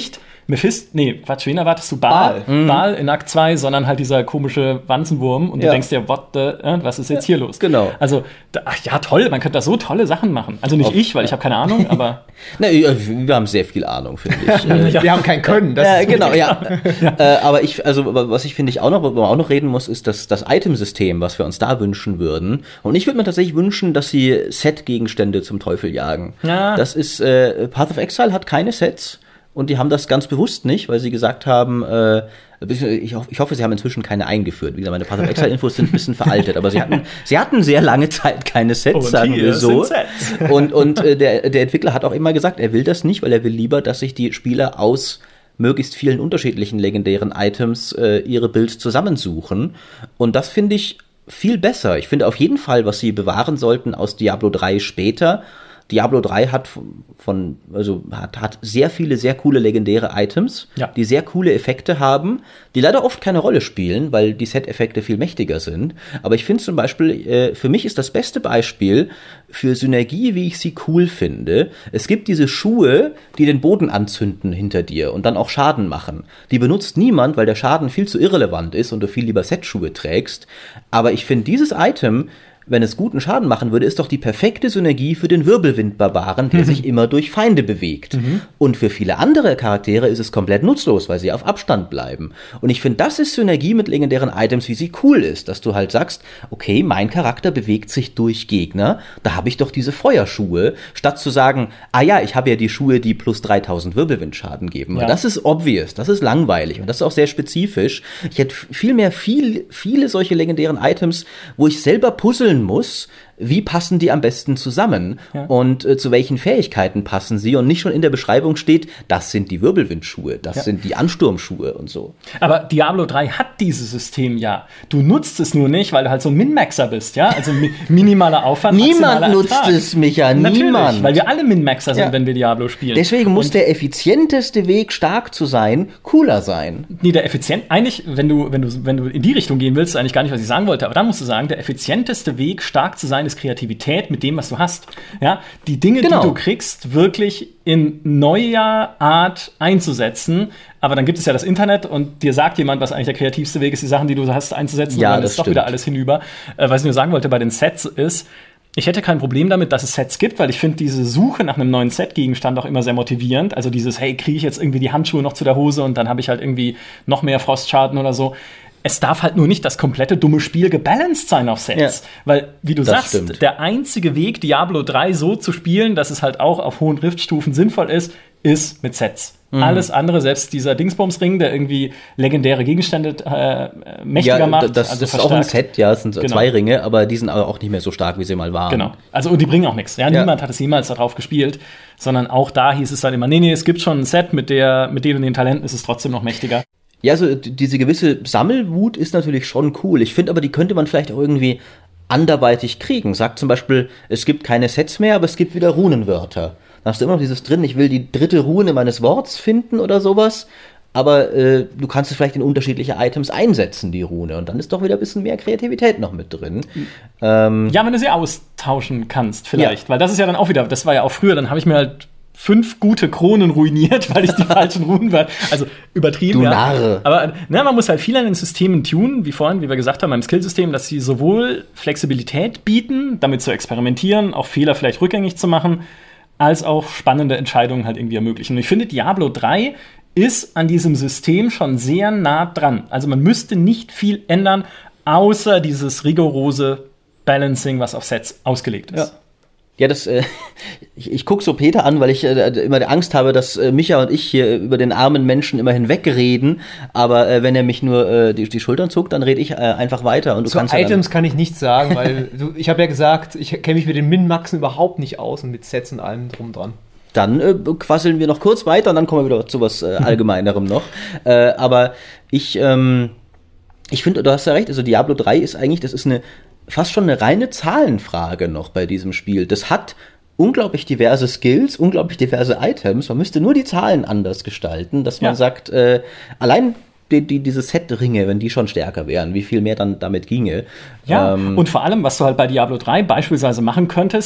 Mephist, nee, Quatsch, wen erwartest du? Baal? Baal. Mhm. Baal in Akt zwei, sondern halt dieser komische Wanzenwurm und Ja. du denkst dir, what the, äh, was ist jetzt hier los? genau. Also, da, ach ja, toll, man könnte da so tolle Sachen machen. Also nicht Auf- ich, weil ich habe keine Ahnung, aber Na, wir haben sehr viel Ahnung, finde ich. Äh, Wir haben kein Können. Das Ja, ist genau, ja. äh, aber ich, also was ich finde ich auch noch, worüber man auch noch reden muss, ist das, das Itemsystem, was wir uns da wünschen würden. Und ich würde mir tatsächlich wünschen, dass sie Set-Gegenstände zum Teufel jagen. Ja. Das ist, äh, Path of Exile hat keine Sets und die haben das ganz bewusst nicht, weil sie gesagt haben, äh, ich, ho- ich hoffe, sie haben inzwischen keine eingeführt. Wie gesagt, meine Path of Exile-Infos sind ein bisschen veraltet, aber sie hatten, sie hatten sehr lange Zeit keine Sets, Und sagen hier wir so. sind Sets. Und, und äh, der, der Entwickler hat auch immer gesagt, er will das nicht, weil er will lieber, dass sich die Spieler aus möglichst vielen unterschiedlichen legendären Items äh, ihre Builds zusammensuchen. Und das finde ich viel besser. Ich finde auf jeden Fall, was sie bewahren sollten aus Diablo drei später. Diablo drei hat von, also hat, hat sehr viele sehr coole legendäre Items, Ja. die sehr coole Effekte haben, die leider oft keine Rolle spielen, weil die Set-Effekte viel mächtiger sind. Aber ich finde zum Beispiel, äh, für mich ist das beste Beispiel für Synergie, wie ich sie cool finde. Es gibt diese Schuhe, die den Boden anzünden hinter dir und dann auch Schaden machen. Die benutzt niemand, weil der Schaden viel zu irrelevant ist und du viel lieber Set-Schuhe trägst. Aber ich finde dieses Item, wenn es guten Schaden machen würde, ist doch die perfekte Synergie für den Wirbelwind-Barbaren, der sich immer durch Feinde bewegt. Und für viele andere Charaktere ist es komplett nutzlos, weil sie auf Abstand bleiben. Und ich finde, das ist Synergie mit legendären Items, wie sie cool ist, dass du halt sagst, okay, mein Charakter bewegt sich durch Gegner, da habe ich doch diese Feuerschuhe, statt zu sagen, ah ja, ich habe ja die Schuhe, die plus dreitausend Wirbelwindschaden geben. Weil Ja. das ist obvious, das ist langweilig und das ist auch sehr spezifisch. Ich hätte vielmehr viel, viele solche legendären Items, wo ich selber puzzeln muss, wie passen die am besten zusammen Ja. und äh, zu welchen Fähigkeiten passen sie und nicht schon in der Beschreibung steht, das sind die Wirbelwindschuhe, das Ja. sind die Ansturmschuhe und so. Aber Diablo drei hat dieses System ja. Du nutzt es nur nicht, weil du halt so ein Min-Maxer bist, ja? Also mi minimaler Aufwand, Niemand maximaler nutzt Ertrag. es, Micha, Natürlich, niemand. weil wir alle Min-Maxer sind, Ja. wenn wir Diablo spielen. Deswegen muss Und der effizienteste Weg, stark zu sein, cooler sein. Nee, der effizient, eigentlich, wenn du, wenn du, wenn du in die Richtung gehen willst, ist eigentlich gar nicht, was ich sagen wollte, aber dann musst du sagen, der effizienteste Weg, stark zu sein, ist Kreativität mit dem, was du hast. Ja, die Dinge, Genau. die du kriegst, wirklich in neuer Art einzusetzen. Aber dann gibt es ja das Internet und dir sagt jemand, was eigentlich der kreativste Weg ist, die Sachen, die du hast, einzusetzen. Ja, und dann das ist doch stimmt. wieder alles hinüber. Äh, was ich nur sagen wollte bei den Sets ist, ich hätte kein Problem damit, dass es Sets gibt, weil ich finde diese Suche nach einem neuen Set-Gegenstand auch immer sehr motivierend. Also dieses, hey, kriege ich jetzt irgendwie die Handschuhe noch zu der Hose und dann habe ich halt irgendwie noch mehr Frostschaden oder so. Es darf halt nur nicht das komplette dumme Spiel gebalanced sein auf Sets. Ja. Weil, wie du Das sagst, stimmt. der einzige Weg, Diablo drei so zu spielen, dass es halt auch auf hohen Riftstufen sinnvoll ist, ist mit Sets. Mhm. Alles andere, selbst dieser Dingsbums-Ring, der irgendwie legendäre Gegenstände äh, mächtiger Ja, macht. das, also das ist auch ein verstärkt. Set, ja, es sind Genau. zwei Ringe, aber die sind aber auch nicht mehr so stark, wie sie mal waren. Genau. Also, und die bringen auch nichts. Ja, Ja. niemand hat es jemals darauf gespielt, sondern auch da hieß es dann immer, nee, nee, es gibt schon ein Set, mit der, mit denen und den Talenten ist es trotzdem noch mächtiger. Ja, also d- diese gewisse Sammelwut ist natürlich schon cool. Ich finde aber, die könnte man vielleicht auch irgendwie anderweitig kriegen. Sagt zum Beispiel, es gibt keine Sets mehr, aber es gibt wieder Runenwörter. Da hast du immer noch dieses drin, ich will die dritte Rune meines Worts finden oder sowas. Aber äh, du kannst es vielleicht in unterschiedliche Items einsetzen, die Rune. Und dann ist doch wieder ein bisschen mehr Kreativität noch mit drin. Ähm, Ja, wenn du sie austauschen kannst, vielleicht. Ja. Weil das ist ja dann auch wieder, das war ja auch früher, dann habe ich mir halt fünf gute Kronen ruiniert, weil ich die falschen Runen war. Also übertrieben, Du ja. Narr. Aber na, man muss halt viel an den Systemen tunen, wie vorhin, wie wir gesagt haben, beim Skillsystem, dass sie sowohl Flexibilität bieten, damit zu experimentieren, auch Fehler vielleicht rückgängig zu machen, als auch spannende Entscheidungen halt irgendwie ermöglichen. Und ich finde, Diablo drei ist an diesem System schon sehr nah dran. Also man müsste nicht viel ändern, außer dieses rigorose Balancing, was auf Sets ausgelegt ist. Ja. Ja, das, äh, ich, ich gucke so Peter an, weil ich äh, immer die Angst habe, dass äh, Micha und ich hier über den armen Menschen immer hinwegreden. Aber äh, wenn er mich nur äh, die, die Schultern zuckt, dann rede ich äh, einfach weiter. Und du Zu kannst ja dann, Items kann ich nichts sagen, weil du, ich habe ja gesagt, ich kenne mich mit den Min-Maxen überhaupt nicht aus und mit Sets und allem drum dran. Dann äh, quasseln wir noch kurz weiter und dann kommen wir wieder zu was äh, Allgemeinerem noch. Äh, aber ich, ähm, ich finde, du hast ja recht, also Diablo drei ist eigentlich, das ist eine fast schon eine reine Zahlenfrage noch bei diesem Spiel. Das hat unglaublich diverse Skills, unglaublich diverse Items. Man müsste nur die Zahlen anders gestalten, dass man Ja. sagt, äh, allein die, die, diese Set-Ringe, wenn die schon stärker wären, wie viel mehr dann damit ginge. Ja, Ähm, und vor allem, was du halt bei Diablo drei beispielsweise machen könntest,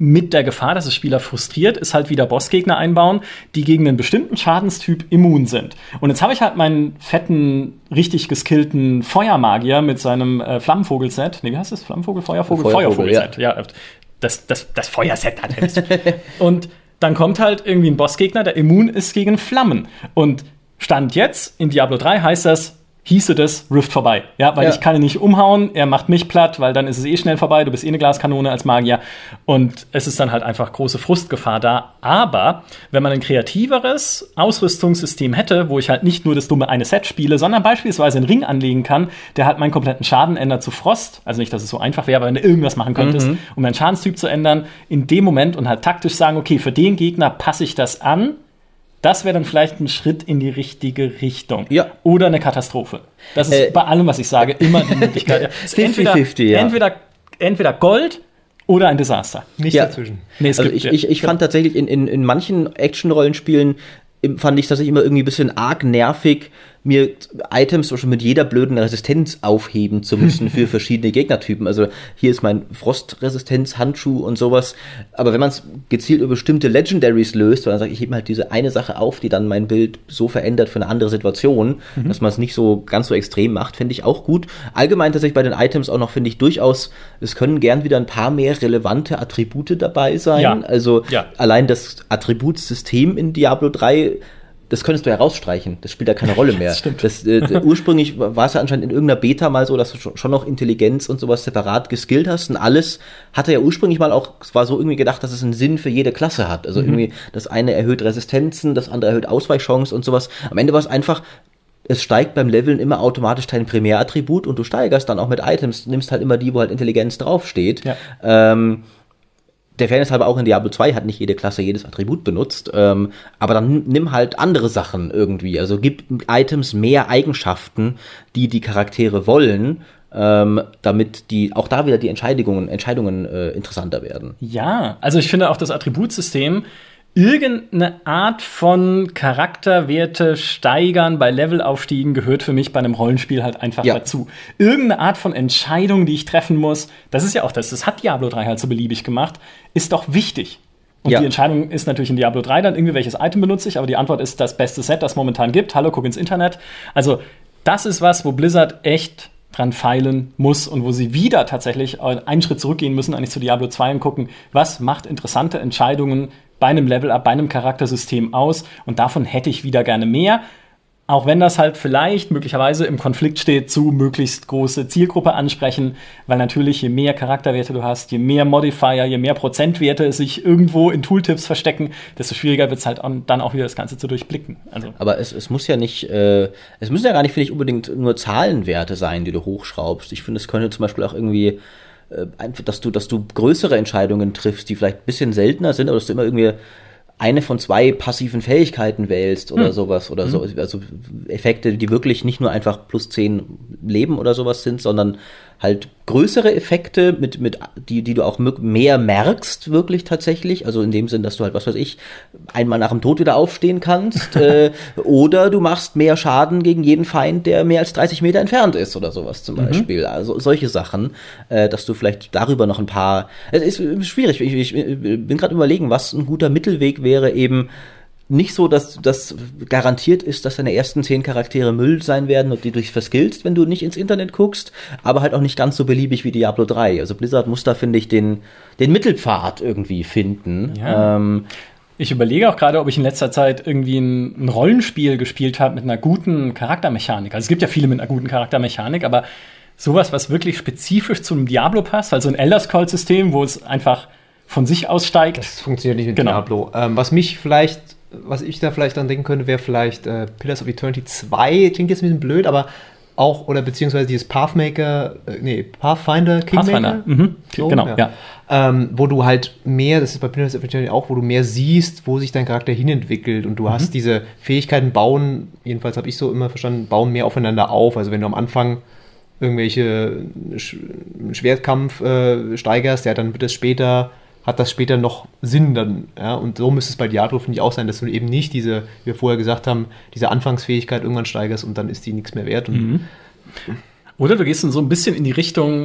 mit der Gefahr, dass es Spieler frustriert, ist halt wieder Bossgegner einbauen, die gegen einen bestimmten Schadenstyp immun sind. Und jetzt habe ich halt meinen fetten, richtig geskillten Feuermagier mit seinem äh, Flammenvogel-Set. Nee, wie heißt das? Flammenvogel, Feuervogel? Feuervogel, Feuervogel-Set. Ja. ja, das, das, das Feuerset hat er. Und dann kommt halt irgendwie ein Bossgegner, der immun ist gegen Flammen. Und Stand jetzt, in Diablo drei heißt das, hieße das Rift vorbei. Ja, weil ja. ich kann ihn nicht umhauen, er macht mich platt, weil dann ist es eh schnell vorbei, du bist eh eine Glaskanone als Magier. Und es ist dann halt einfach große Frustgefahr da. Aber wenn man ein kreativeres Ausrüstungssystem hätte, wo ich halt nicht nur das dumme eine Set spiele, sondern beispielsweise einen Ring anlegen kann, der halt meinen kompletten Schaden ändert zu Frost, also nicht, dass es so einfach wäre, aber wenn du irgendwas machen könntest, mhm. um meinen Schadenstyp zu ändern, in dem Moment und halt taktisch sagen, okay, für den Gegner passe ich das an. Das wäre dann vielleicht ein Schritt in die richtige Richtung. Ja. Oder eine Katastrophe. Das ist äh, bei allem, was ich sage, immer die Möglichkeit. fünfzig fünfzig, ja. Entweder, entweder Gold oder ein Desaster. Nicht ja. dazwischen. Nee, es also gibt, ich, ich, ich fand tatsächlich in, in, in manchen Action-Rollenspielen fand ich tatsächlich immer irgendwie ein bisschen arg nervig, mir Items zum Beispiel mit jeder blöden Resistenz aufheben zu müssen für verschiedene Gegnertypen. Also hier ist mein Frostresistenz-Handschuh und sowas. Aber wenn man es gezielt über bestimmte Legendaries löst, dann sage ich, ich hebe halt diese eine Sache auf, die dann mein Bild so verändert für eine andere Situation, mhm. dass man es nicht so ganz so extrem macht, finde ich auch gut. Allgemein tatsächlich bei den Items auch noch, finde ich durchaus, es können gern wieder ein paar mehr relevante Attribute dabei sein. Ja. Also ja. allein das Attributsystem in Diablo drei, das könntest du ja rausstreichen. Das spielt ja keine Rolle mehr. Das stimmt. Das, äh, ursprünglich war es ja anscheinend in irgendeiner Beta mal so, dass du schon, schon noch Intelligenz und sowas separat geskillt hast. Und alles hatte ja ursprünglich mal auch, es war so irgendwie gedacht, dass es einen Sinn für jede Klasse hat. Also mhm. irgendwie, das eine erhöht Resistenzen, das andere erhöht Ausweichchance und sowas. Am Ende war es einfach, es steigt beim Leveln immer automatisch dein Primärattribut und du steigerst dann auch mit Items, nimmst halt immer die, wo halt Intelligenz draufsteht. Ja. Ähm, Der Fairness halber auch in Diablo zwei hat nicht jede Klasse jedes Attribut benutzt, ähm, aber dann nimm halt andere Sachen irgendwie. Also gib Items mehr Eigenschaften, die die Charaktere wollen, ähm, damit die auch da wieder die Entscheidungen, Entscheidungen äh, interessanter werden. Ja, also ich finde auch das Attributsystem, irgendeine Art von Charakterwerte steigern bei Levelaufstiegen gehört für mich bei einem Rollenspiel halt einfach ja. dazu. Irgendeine Art von Entscheidung, die ich treffen muss, das ist ja auch das, das hat Diablo drei halt so beliebig gemacht, ist doch wichtig. Und ja. die Entscheidung ist natürlich in Diablo drei dann irgendwie, welches Item benutze ich, aber die Antwort ist das beste Set, das es momentan gibt. Hallo, guck ins Internet. Also das ist was, wo Blizzard echt dran feilen muss und wo sie wieder tatsächlich einen Schritt zurückgehen müssen, eigentlich zu Diablo zwei und gucken, was macht interessante Entscheidungen bei einem Level-Up, bei einem Charaktersystem aus. Und davon hätte ich wieder gerne mehr. Auch wenn das halt vielleicht möglicherweise im Konflikt steht zu möglichst große Zielgruppe ansprechen, weil natürlich je mehr Charakterwerte du hast, je mehr Modifier, je mehr Prozentwerte sich irgendwo in Tooltips verstecken, desto schwieriger wird es halt dann auch wieder das Ganze zu durchblicken. Also. Aber es, es muss ja nicht, äh, es müssen ja gar nicht, finde ich, unbedingt nur Zahlenwerte sein, die du hochschraubst. Ich finde, es könnte zum Beispiel auch irgendwie einfach, dass du, dass du größere Entscheidungen triffst, die vielleicht ein bisschen seltener sind, aber dass du immer irgendwie eine von zwei passiven Fähigkeiten wählst oder hm. sowas oder hm. so. Also Effekte, die wirklich nicht nur einfach plus zehn Leben oder sowas sind, sondern halt größere Effekte, mit, mit, die, die du auch mehr merkst, wirklich tatsächlich. Also in dem Sinn, dass du halt, was weiß ich, einmal nach dem Tod wieder aufstehen kannst. äh, oder du machst mehr Schaden gegen jeden Feind, der mehr als dreißig Meter entfernt ist oder sowas zum mhm. Beispiel. Also solche Sachen, äh, dass du vielleicht darüber noch ein paar. Es ist schwierig. Ich, ich bin gerade überlegen, was ein guter Mittelweg wäre, eben nicht so, dass das garantiert ist, dass deine ersten zehn Charaktere Müll sein werden und die du verskillst, wenn du nicht ins Internet guckst, aber halt auch nicht ganz so beliebig wie Diablo drei. Also Blizzard muss da, finde ich, den, den Mittelpfad irgendwie finden. Ja. Ähm, ich überlege auch gerade, ob ich in letzter Zeit irgendwie ein, ein Rollenspiel gespielt habe mit einer guten Charaktermechanik. Also es gibt ja viele mit einer guten Charaktermechanik, aber sowas, was wirklich spezifisch zum Diablo passt, also ein Elder Scrolls-System, wo es einfach von sich aus steigt. Das funktioniert nicht mit genau. Diablo. Ähm, was mich vielleicht Was ich da vielleicht dann denken könnte, wäre vielleicht äh, Pillars of Eternity zwei, klingt jetzt ein bisschen blöd, aber auch, oder beziehungsweise dieses Pathmaker, äh, nee, Pathfinder, Kingmaker. Pathfinder, mhm. so, genau, ja. ja. Ähm, wo du halt mehr, das ist bei Pillars of Eternity auch, wo du mehr siehst, wo sich dein Charakter hinentwickelt und du mhm. hast diese Fähigkeiten bauen, jedenfalls habe ich so immer verstanden, bauen mehr aufeinander auf. Also wenn du am Anfang irgendwelche Sch- Schwertkampf äh, steigerst, ja, dann wird es später hat das später noch Sinn dann, ja, und so müsste es bei Diablo, finde ich, auch sein, dass du eben nicht diese, wie wir vorher gesagt haben, diese Anfangsfähigkeit irgendwann steigerst und dann ist die nichts mehr wert. Und mhm. Oder du gehst dann so ein bisschen in die Richtung,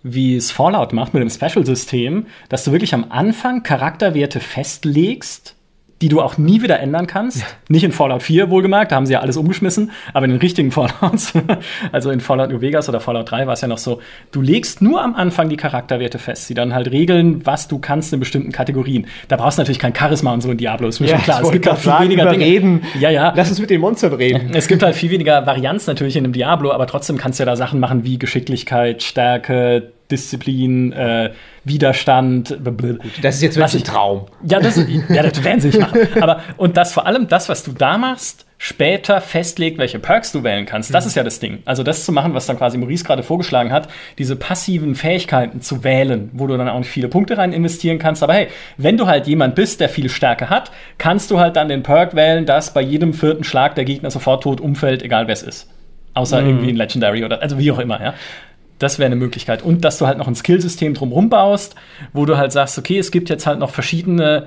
wie es Fallout macht mit dem Special-System, dass du wirklich am Anfang Charakterwerte festlegst, die du auch nie wieder ändern kannst. Ja. Nicht in Fallout vier, wohlgemerkt, da haben sie ja alles umgeschmissen, aber in den richtigen Fallouts, also in Fallout New Vegas oder Fallout drei war es ja noch so, du legst nur am Anfang die Charakterwerte fest, die dann halt regeln, was du kannst in bestimmten Kategorien. Da brauchst du natürlich kein Charisma und so in Diablo, ist mir ja, schon klar. Es gibt auch viel sagen, weniger Dinge. Reden. Ja, ja. Lass uns mit den Monstern reden. Es gibt halt viel weniger Varianz natürlich in einem Diablo, aber trotzdem kannst du ja da Sachen machen wie Geschicklichkeit, Stärke, Disziplin, äh, Widerstand. Blablabla. Das ist jetzt wirklich ein Traum. Ja, das, ja, das werden sie nicht machen. Aber, und das vor allem, das, was du da machst, später festlegt, welche Perks du wählen kannst. Das mhm. ist ja das Ding. Also das zu machen, was dann quasi Maurice gerade vorgeschlagen hat, diese passiven Fähigkeiten zu wählen, wo du dann auch nicht viele Punkte rein investieren kannst. Aber hey, wenn du halt jemand bist, der viel Stärke hat, kannst du halt dann den Perk wählen, dass bei jedem vierten Schlag der Gegner sofort tot umfällt, egal wer es ist. Außer mhm. irgendwie ein Legendary oder, also wie auch immer, ja. Das wäre eine Möglichkeit. Und dass du halt noch ein Skillsystem drumherum baust, wo du halt sagst, okay, es gibt jetzt halt noch verschiedene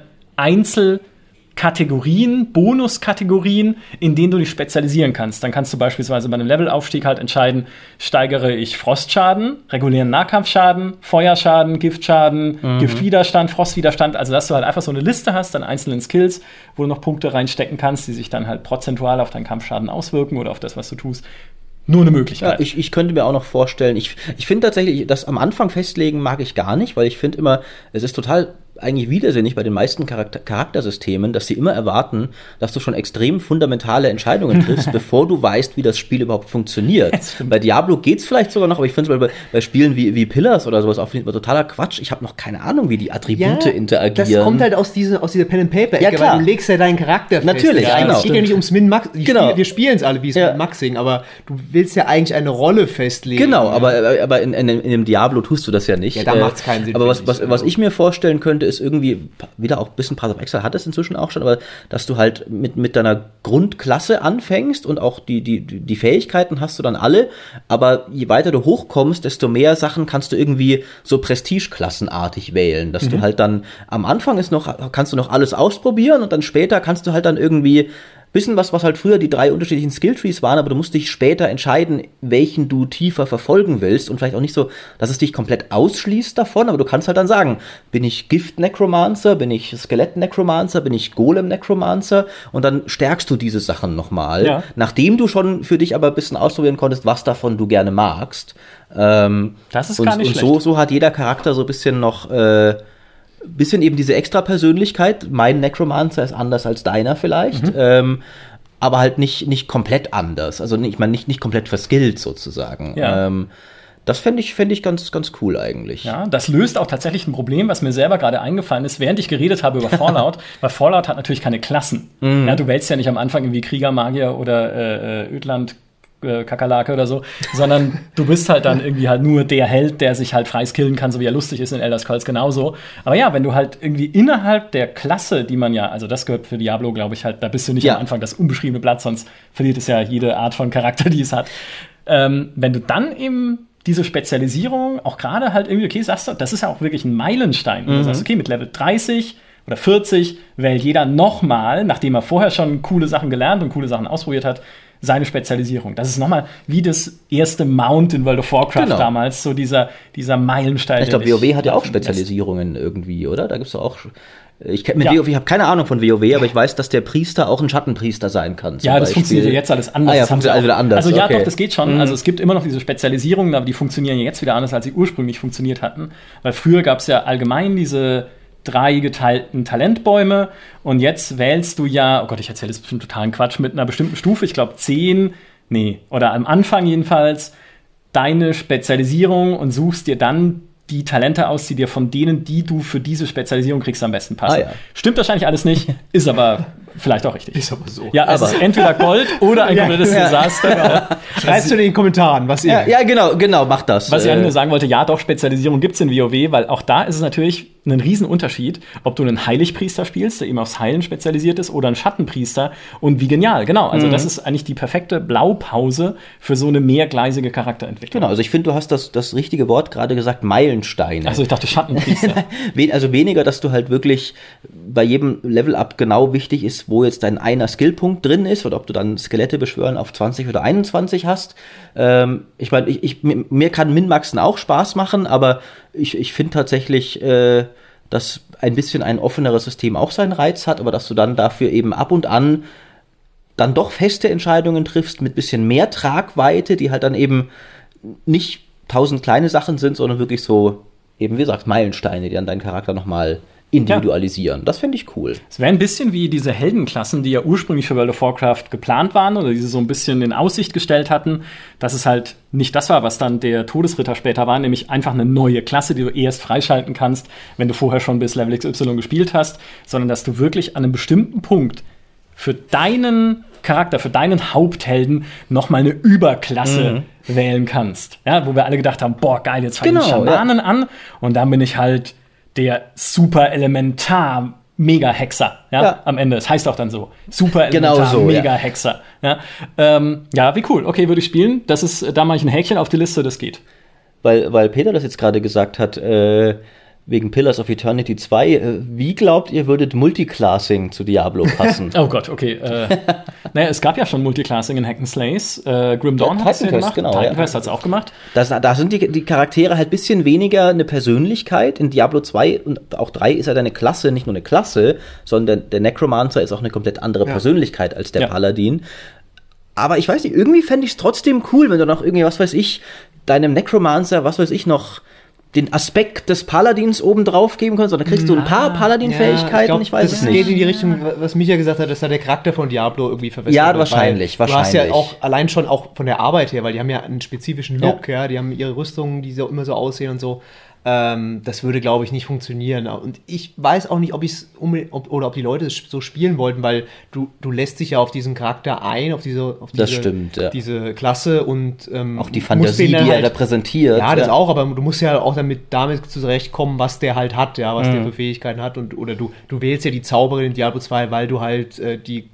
Einzelkategorien, Bonuskategorien, in denen du dich spezialisieren kannst. Dann kannst du beispielsweise bei einem Levelaufstieg halt entscheiden, steigere ich Frostschaden, regulären Nahkampfschaden, Feuerschaden, Giftschaden, mhm. Giftwiderstand, Frostwiderstand. Also dass du halt einfach so eine Liste hast an einzelnen Skills, wo du noch Punkte reinstecken kannst, die sich dann halt prozentual auf deinen Kampfschaden auswirken oder auf das, was du tust. Nur eine Möglichkeit. Ja, ich, ich könnte mir auch noch vorstellen, ich, ich finde tatsächlich, das am Anfang festlegen mag ich gar nicht, weil ich finde immer, es ist total eigentlich widersinnig bei den meisten Charakter- Charaktersystemen, dass sie immer erwarten, dass du schon extrem fundamentale Entscheidungen triffst, bevor du weißt, wie das Spiel überhaupt funktioniert. Bei Diablo geht's vielleicht sogar noch, aber ich finde es bei, bei Spielen wie, wie Pillars oder sowas auch totaler Quatsch. Ich habe noch keine Ahnung, wie die Attribute ja, interagieren. Das kommt halt aus, diese, aus dieser Pen-and-Paper-Ecke, ja, klar. weil du legst ja deinen Charakter fest. Natürlich, ja, genau. Es geht ja nicht ums Min-Max. Genau. Wir spielen es alle wie es ja. mit Maxing, aber du willst ja eigentlich eine Rolle festlegen. Genau, aber, aber in, in, in dem Diablo tust du das ja nicht. Ja, da macht's keinen Sinn. Aber was, was, was ich mir vorstellen könnte, ist irgendwie wieder auch ein bisschen Path of Exile hat es inzwischen auch schon, aber dass du halt mit, mit deiner Grundklasse anfängst und auch die, die, die Fähigkeiten hast du dann alle, aber je weiter du hochkommst, desto mehr Sachen kannst du irgendwie so Prestigeklassenartig wählen, dass mhm. du halt dann am Anfang ist noch, kannst du noch alles ausprobieren und dann später kannst du halt dann irgendwie bisschen was, was halt früher die drei unterschiedlichen Skilltrees waren, aber du musst dich später entscheiden, welchen du tiefer verfolgen willst und vielleicht auch nicht so, dass es dich komplett ausschließt davon, aber du kannst halt dann sagen, bin ich Gift-Necromancer, bin ich Skelett-Necromancer, bin ich Golem-Necromancer und dann stärkst du diese Sachen nochmal, ja. nachdem du schon für dich aber ein bisschen ausprobieren konntest, was davon du gerne magst. Ähm, das ist und, gar nicht und schlecht. so, so hat jeder Charakter so ein bisschen noch äh, bisschen eben diese Extra-Persönlichkeit. Mein Necromancer ist anders als deiner vielleicht, mhm. ähm, aber halt nicht, nicht komplett anders. Also ich meine, nicht, nicht komplett verskillt sozusagen. Ja. Ähm, das fände ich, fänd ich ganz, ganz cool eigentlich. Ja, das löst auch tatsächlich ein Problem, was mir selber gerade eingefallen ist, während ich geredet habe über Fallout, weil Fallout hat natürlich keine Klassen. Mhm. Ja, du wählst ja nicht am Anfang irgendwie Krieger, Magier oder äh, Ödland, Kakerlake oder so, sondern du bist halt dann irgendwie halt nur der Held, der sich halt frei skillen kann, so wie er lustig ist in Elder Scrolls genauso. Aber ja, wenn du halt irgendwie innerhalb der Klasse, die man ja, also das gehört für Diablo, glaube ich, halt, da bist du nicht ja. am Anfang das unbeschriebene Blatt, sonst verliert es ja jede Art von Charakter, die es hat. Ähm, wenn du dann eben diese Spezialisierung auch gerade halt irgendwie, okay, sagst du, das ist ja auch wirklich ein Meilenstein. Mhm. Du sagst, okay, mit Level dreißig oder vierzig wählt jeder nochmal, nachdem er vorher schon coole Sachen gelernt und coole Sachen ausprobiert hat, seine Spezialisierung. Das ist nochmal wie das erste Mount in World of Warcraft genau. damals, so dieser, dieser Meilenstein. Ich glaube, WoW hat ja auch Spezialisierungen lässt. irgendwie, oder? Da gibt's doch auch. Ich, mit ja. WoW, ich habe keine Ahnung von WoW, aber ich weiß, dass der Priester auch ein Schattenpriester sein kann. Ja, das Beispiel. Funktioniert ja jetzt alles anders. Ah, ja, das funktioniert alles wieder anders. Also ja, okay. doch, das geht schon. Mhm. Also es gibt immer noch diese Spezialisierungen, aber die funktionieren jetzt wieder anders, als sie ursprünglich funktioniert hatten. Weil früher gab es ja allgemein diese drei geteilten Talentbäume und jetzt wählst du ja, oh Gott, ich erzähle das bestimmt totalen Quatsch, mit einer bestimmten Stufe, ich glaube zehn, nee, oder am Anfang jedenfalls, deine Spezialisierung und suchst dir dann die Talente aus, die dir von denen, die du für diese Spezialisierung kriegst, am besten passen. Ah, ja. Stimmt wahrscheinlich alles nicht, ist aber vielleicht auch richtig. Ist aber so. Ja, es aber ist entweder Gold oder ein komplettes ja, Desaster. Ja. Schreibst du in den Kommentaren, was ihr... Ja, ja, genau, genau, mach das. Was ich eigentlich nur sagen wollte, ja doch, Spezialisierung gibt's in WoW, weil auch da ist es natürlich, einen riesen Unterschied, ob du einen Heiligpriester spielst, der eben aufs Heilen spezialisiert ist, oder einen Schattenpriester. Und wie genial, genau. Also mhm. das ist eigentlich die perfekte Blaupause für so eine mehrgleisige Charakterentwicklung. Genau, also ich finde, du hast das, das richtige Wort gerade gesagt, Meilensteine. Also ich dachte Schattenpriester. Also weniger, dass du halt wirklich bei jedem Level-Up genau wichtig ist, wo jetzt dein einer Skillpunkt drin ist oder ob du dann Skelette beschwören auf zwanzig oder einundzwanzig hast. Ähm, ich meine, ich, ich, mir kann Min-Maxen auch Spaß machen, aber ich, ich finde tatsächlich, äh, dass ein bisschen ein offeneres System auch seinen Reiz hat, aber dass du dann dafür eben ab und an dann doch feste Entscheidungen triffst mit bisschen mehr Tragweite, die halt dann eben nicht tausend kleine Sachen sind, sondern wirklich so, eben wie gesagt, Meilensteine, die dann deinen Charakter nochmal individualisieren. Ja. Das finde ich cool. Es wäre ein bisschen wie diese Heldenklassen, die ja ursprünglich für World of Warcraft geplant waren oder die sie so ein bisschen in Aussicht gestellt hatten, dass es halt nicht das war, was dann der Todesritter später war, nämlich einfach eine neue Klasse, die du erst freischalten kannst, wenn du vorher schon bis Level X Y gespielt hast, sondern dass du wirklich an einem bestimmten Punkt für deinen Charakter, für deinen Haupthelden nochmal eine Überklasse mhm. wählen kannst. Ja, wo wir alle gedacht haben, boah, geil, jetzt fange ich genau, Schamanen ja. an und dann bin ich halt der super elementar Mega-Hexer, ja, ja, am Ende. Das heißt auch dann so. Super elementar genau so, Mega-Hexer. Ja. Ja. Ähm, ja, wie cool. Okay, würde ich spielen. Das ist, da mache ich ein Häkchen auf die Liste, das geht. Weil, weil Peter das jetzt gerade gesagt hat, äh, wegen Pillars of Eternity zwei, äh, wie glaubt ihr, würdet Multiclassing zu Diablo passen? Oh Gott, okay. Äh, naja, es gab ja schon Multiclassing in Hack and Slays. Äh, Grim Dawn ja, hat es ja gemacht. Genau, Titan ja. Quest hat es auch gemacht. Das, da sind die, die Charaktere halt ein bisschen weniger eine Persönlichkeit. In Diablo zwei und auch drei ist halt eine Klasse, nicht nur eine Klasse, sondern der, der Necromancer ist auch eine komplett andere ja. Persönlichkeit als der ja. Paladin. Aber ich weiß nicht, irgendwie fände ich es trotzdem cool, wenn du noch irgendwie, was weiß ich, deinem Necromancer, was weiß ich noch, den Aspekt des Paladins oben drauf geben kannst, oder kriegst du ein paar Paladin-Fähigkeiten, ja, ich, ich weiß es nicht. Das geht in die Richtung, was Micha gesagt hat, dass da der Charakter von Diablo irgendwie verbessert ja, wird. wahrscheinlich, weil wahrscheinlich. Du hast ja auch, allein schon auch von der Arbeit her, weil die haben ja einen spezifischen Look, ja, ja die haben ihre Rüstungen, die so immer so aussehen und so. Ähm, das würde, glaube ich, nicht funktionieren. Und ich weiß auch nicht, ob ich es ob, oder ob die Leute es so spielen wollten, weil du, du lässt dich ja auf diesen Charakter ein, auf diese, auf diese, das stimmt, ja. diese Klasse und ähm, auch die Fantasie, die er halt repräsentiert. Ja, das ja. auch, aber du musst ja auch damit, damit zurechtkommen, was der halt hat, ja, was mhm. der für Fähigkeiten hat. Und, oder du, du wählst ja die Zauberin in Diablo zwei, weil du halt äh, die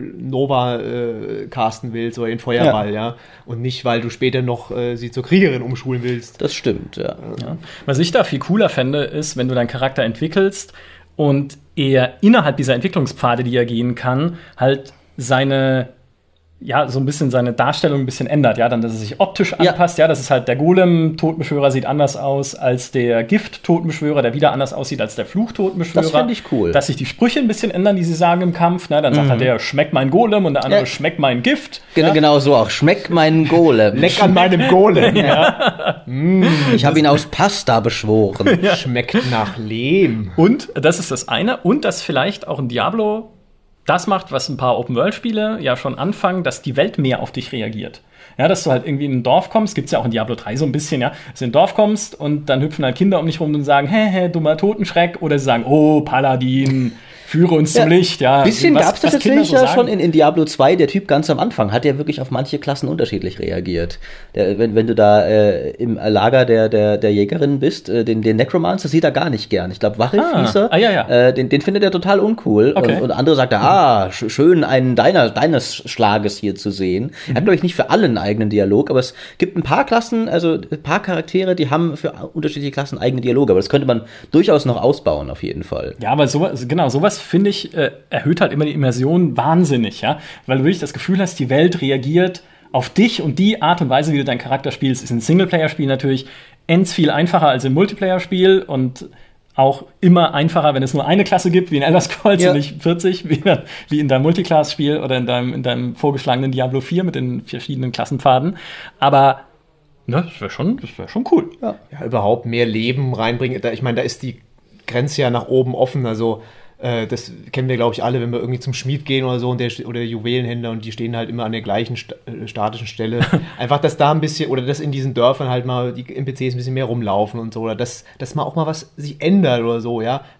Nova äh, casten willst oder den Feuerball, ja. ja. Und nicht, weil du später noch äh, sie zur Kriegerin umschulen willst. Das stimmt, ja. ja. Was ich da viel cooler fände, ist, wenn du deinen Charakter entwickelst und er innerhalb dieser Entwicklungspfade, die er gehen kann, halt seine, ja, so ein bisschen seine Darstellung ein bisschen ändert, ja, dann, dass er sich optisch anpasst, ja, ja das ist halt der Golem-Totenbeschwörer sieht anders aus als der Gift-Totenbeschwörer, der wieder anders aussieht als der Fluch-Totenbeschwörer. Das finde ich cool. Dass sich die Sprüche ein bisschen ändern, die sie sagen im Kampf, ne, dann sagt mhm. halt der, schmeckt mein Golem und der andere, ja. schmeckt mein Gift. Gen- ja. Genau so auch, schmeckt mein Golem. Leck an meinem Golem. ja. mm, ich habe ihn aus Pasta beschworen. ja. Schmeckt nach Lehm. Und, das ist das eine, und dass vielleicht auch ein Diablo das macht, was ein paar Open-World-Spiele ja schon anfangen, dass die Welt mehr auf dich reagiert. Ja, dass du halt irgendwie in ein Dorf kommst, gibt's ja auch in Diablo drei so ein bisschen, ja, dass du in ein Dorf kommst und dann hüpfen halt Kinder um dich rum und sagen, hä, hä, dummer Totenschreck, oder sie sagen, oh, Paladin, führe uns ja, zum Licht, ja. Ein bisschen was, gab's das tatsächlich so ja schon in, in Diablo zwei, der Typ ganz am Anfang hat ja wirklich auf manche Klassen unterschiedlich reagiert. Der, wenn, wenn du da äh, im Lager der, der, der Jägerin bist, äh, den, den Necromancer sieht er gar nicht gern. Ich glaube, Wachif ah, hieß er, ah, ja, ja. Äh, den, den findet er total uncool. Okay. Und, und andere sagt er, ah, sch- schön einen deiner, deines Schlages hier zu sehen. Mhm. Er hat, glaube ich, nicht für alle einen eigenen Dialog, aber es gibt ein paar Klassen, also ein paar Charaktere, die haben für unterschiedliche Klassen eigene Dialoge, aber das könnte man durchaus noch ausbauen, auf jeden Fall. Ja, aber sowas, genau, sowas finde ich, äh, erhöht halt immer die Immersion wahnsinnig, ja, weil du wirklich das Gefühl hast, die Welt reagiert auf dich und die Art und Weise, wie du deinen Charakter spielst, ist in Singleplayer-Spiel natürlich ends viel einfacher als im Multiplayer-Spiel und auch immer einfacher, wenn es nur eine Klasse gibt, wie in Elder Scrolls, ja. und nicht vierzig, wie, wie in deinem Multiclass-Spiel oder in deinem, in deinem vorgeschlagenen Diablo vier mit den verschiedenen Klassenpfaden. Aber ne, das wäre schon, das wäre schon cool. Ja. ja, überhaupt mehr Leben reinbringen. Ich meine, da ist die Grenze ja nach oben offen, also das kennen wir, glaube ich, alle, wenn wir irgendwie zum Schmied gehen oder so und der, oder der Juwelenhändler und die stehen halt immer an der gleichen sta- statischen Stelle. Einfach, dass da ein bisschen, oder dass in diesen Dörfern halt mal die N P Cs ein bisschen mehr rumlaufen und so, oder dass, dass mal auch mal was sich ändert oder so, ja.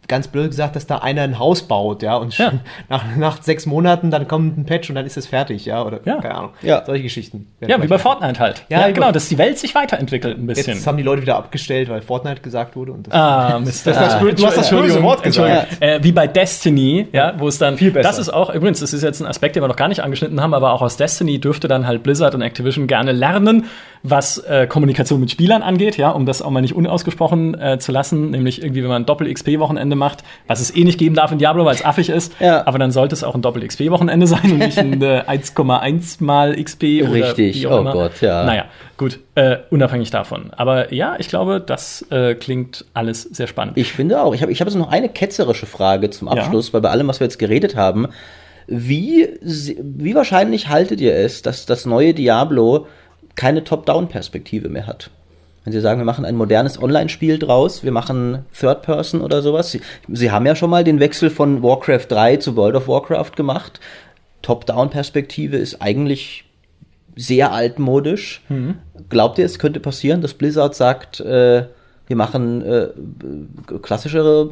ganz blöd gesagt, dass da einer ein Haus baut, ja, und Ja. nach, nach sechs Monaten dann kommt ein Patch und dann ist es fertig, ja, oder Ja. keine Ahnung. Ja. Solche Geschichten. Ja, wie bei Fortnite halt. Ja, Ja, über- genau, dass die Welt sich weiterentwickelt ein bisschen. Jetzt haben die Leute wieder abgestellt, weil Fortnite gesagt wurde. Und das Ah, Mist. Das ist das böse- du hast das böse Wort gesagt. Äh, wie bei Destiny, ja, wo es dann. Viel besser. Das ist auch, übrigens, das ist jetzt ein Aspekt, den wir noch gar nicht angeschnitten haben, aber auch aus Destiny dürfte dann halt Blizzard und Activision gerne lernen, was äh, Kommunikation mit Spielern angeht, ja, um das auch mal nicht unausgesprochen äh, zu lassen, nämlich irgendwie, wenn man ein Doppel-X P-Wochenende macht, was es eh nicht geben darf in Diablo, weil es affig ist, Ja. aber dann sollte es auch ein Doppel-X P-Wochenende sein und nicht ein äh, eins Komma eins mal X P oder Richtig, wie auch oh immer. Gott, ja. Naja, gut, äh, unabhängig davon. Aber ja, ich glaube, das äh, klingt alles sehr spannend. Ich finde auch. Ich habe ich hab jetzt noch eine ketzerische Frage zum Abschluss, weil bei allem, was wir jetzt geredet haben, wie, sie- wie wahrscheinlich haltet ihr es, dass das neue Diablo keine Top-Down-Perspektive mehr hat? Wenn Sie sagen, wir machen ein modernes Online-Spiel draus, wir machen Third-Person oder sowas. Sie, Sie haben ja schon mal den Wechsel von Warcraft drei zu World of Warcraft gemacht. Top-Down-Perspektive ist eigentlich sehr altmodisch. Glaubt ihr, es könnte passieren, dass Blizzard sagt, äh, wir machen äh, klassischere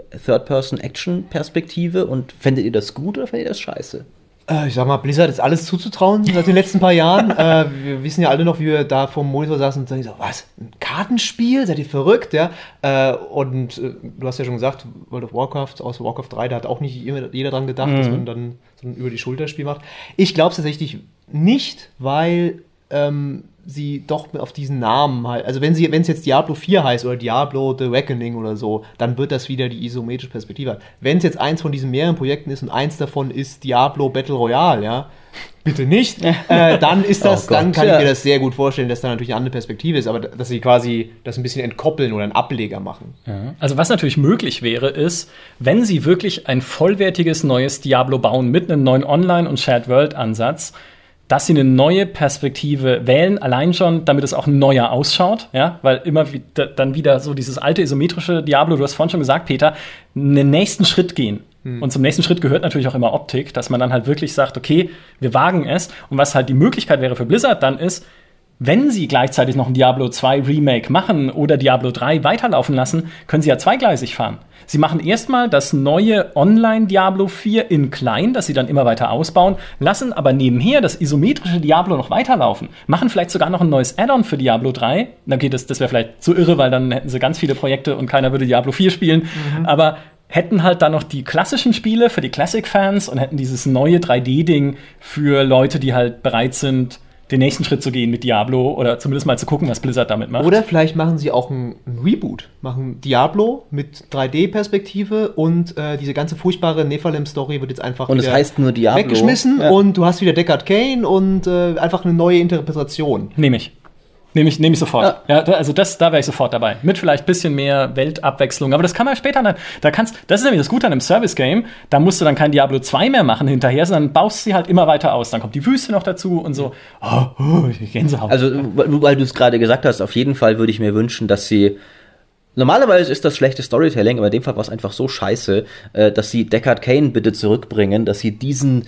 Third-Person-Action-Perspektive und fändet ihr das gut oder fändet ihr das scheiße? Äh, ich sag mal, Blizzard ist alles zuzutrauen seit den letzten paar Jahren. äh, wir wissen ja alle noch, wie wir da vom Monitor saßen und sagen so, was, ein Kartenspiel? Seid ihr verrückt? Ja? Äh, und äh, du hast ja schon gesagt, World of Warcraft, aus Warcraft drei, da hat auch nicht jeder dran gedacht, dass man dann so ein Über-die-Schulter-Spiel macht. Ich glaube es tatsächlich nicht, weil ähm, sie doch auf diesen Namen halt, also wenn sie, wenn es jetzt Diablo vier heißt oder Diablo The Reckoning oder so, dann wird das wieder die isometrische Perspektive haben. Wenn es jetzt eins von diesen mehreren Projekten ist und eins davon ist Diablo Battle Royale, ja, bitte nicht, äh, dann ist das, Oh Gott, dann kann ja. ich mir das sehr gut vorstellen, dass da natürlich eine andere Perspektive ist, aber dass sie quasi das ein bisschen entkoppeln oder einen Ableger machen. Also was natürlich möglich wäre, ist, wenn sie wirklich ein vollwertiges neues Diablo bauen mit einem neuen Online- und Shared-World-Ansatz, dass sie eine neue Perspektive wählen, allein schon, damit es auch neuer ausschaut, ja, weil immer wieder, dann wieder so dieses alte isometrische Diablo, du hast vorhin schon gesagt, Peter, einen nächsten Schritt gehen. Hm. Und zum nächsten Schritt gehört natürlich auch immer Optik, dass man dann halt wirklich sagt, okay, wir wagen es. Und was halt die Möglichkeit wäre für Blizzard dann ist, wenn sie gleichzeitig noch ein Diablo zwei Remake machen oder Diablo drei weiterlaufen lassen, können sie ja zweigleisig fahren. Sie machen erstmal das neue Online-Diablo vier in klein, das sie dann immer weiter ausbauen, lassen aber nebenher das isometrische Diablo noch weiterlaufen, machen vielleicht sogar noch ein neues Add-on für Diablo drei. Okay, das, das wäre vielleicht zu irre, weil dann hätten sie ganz viele Projekte und keiner würde Diablo vier spielen. Mhm. Aber hätten halt dann noch die klassischen Spiele für die Classic-Fans und hätten dieses neue drei D-Ding für Leute, die halt bereit sind, den nächsten Schritt zu gehen mit Diablo oder zumindest mal zu gucken, was Blizzard damit macht. Oder vielleicht machen sie auch ein, ein Reboot, machen Diablo mit drei D-Perspektive und äh, diese ganze furchtbare Nephalem-Story wird jetzt einfach Und es wieder heißt nur Diablo. weggeschmissen Ja. und du hast wieder Deckard Cain und äh, einfach eine neue Interpretation. Nehme ich. Nehme ich, nehm ich sofort. Ja. Ja, da- also das, da wäre ich sofort dabei. Mit vielleicht ein bisschen mehr Weltabwechslung. Aber das kann man später dann. Da kannst, das ist nämlich das Gute an einem Service-Game. Da musst du dann kein Diablo zwei mehr machen hinterher, sondern baust sie halt immer weiter aus. Dann kommt die Wüste noch dazu und so. Oh, oh, Gänsehaut. Also, weil weil du es gerade gesagt hast, auf jeden Fall würde ich mir wünschen, dass sie. Normalerweise ist das schlechte Storytelling, aber in dem Fall war es einfach so scheiße, äh, dass sie Deckard Cain bitte zurückbringen, dass sie diesen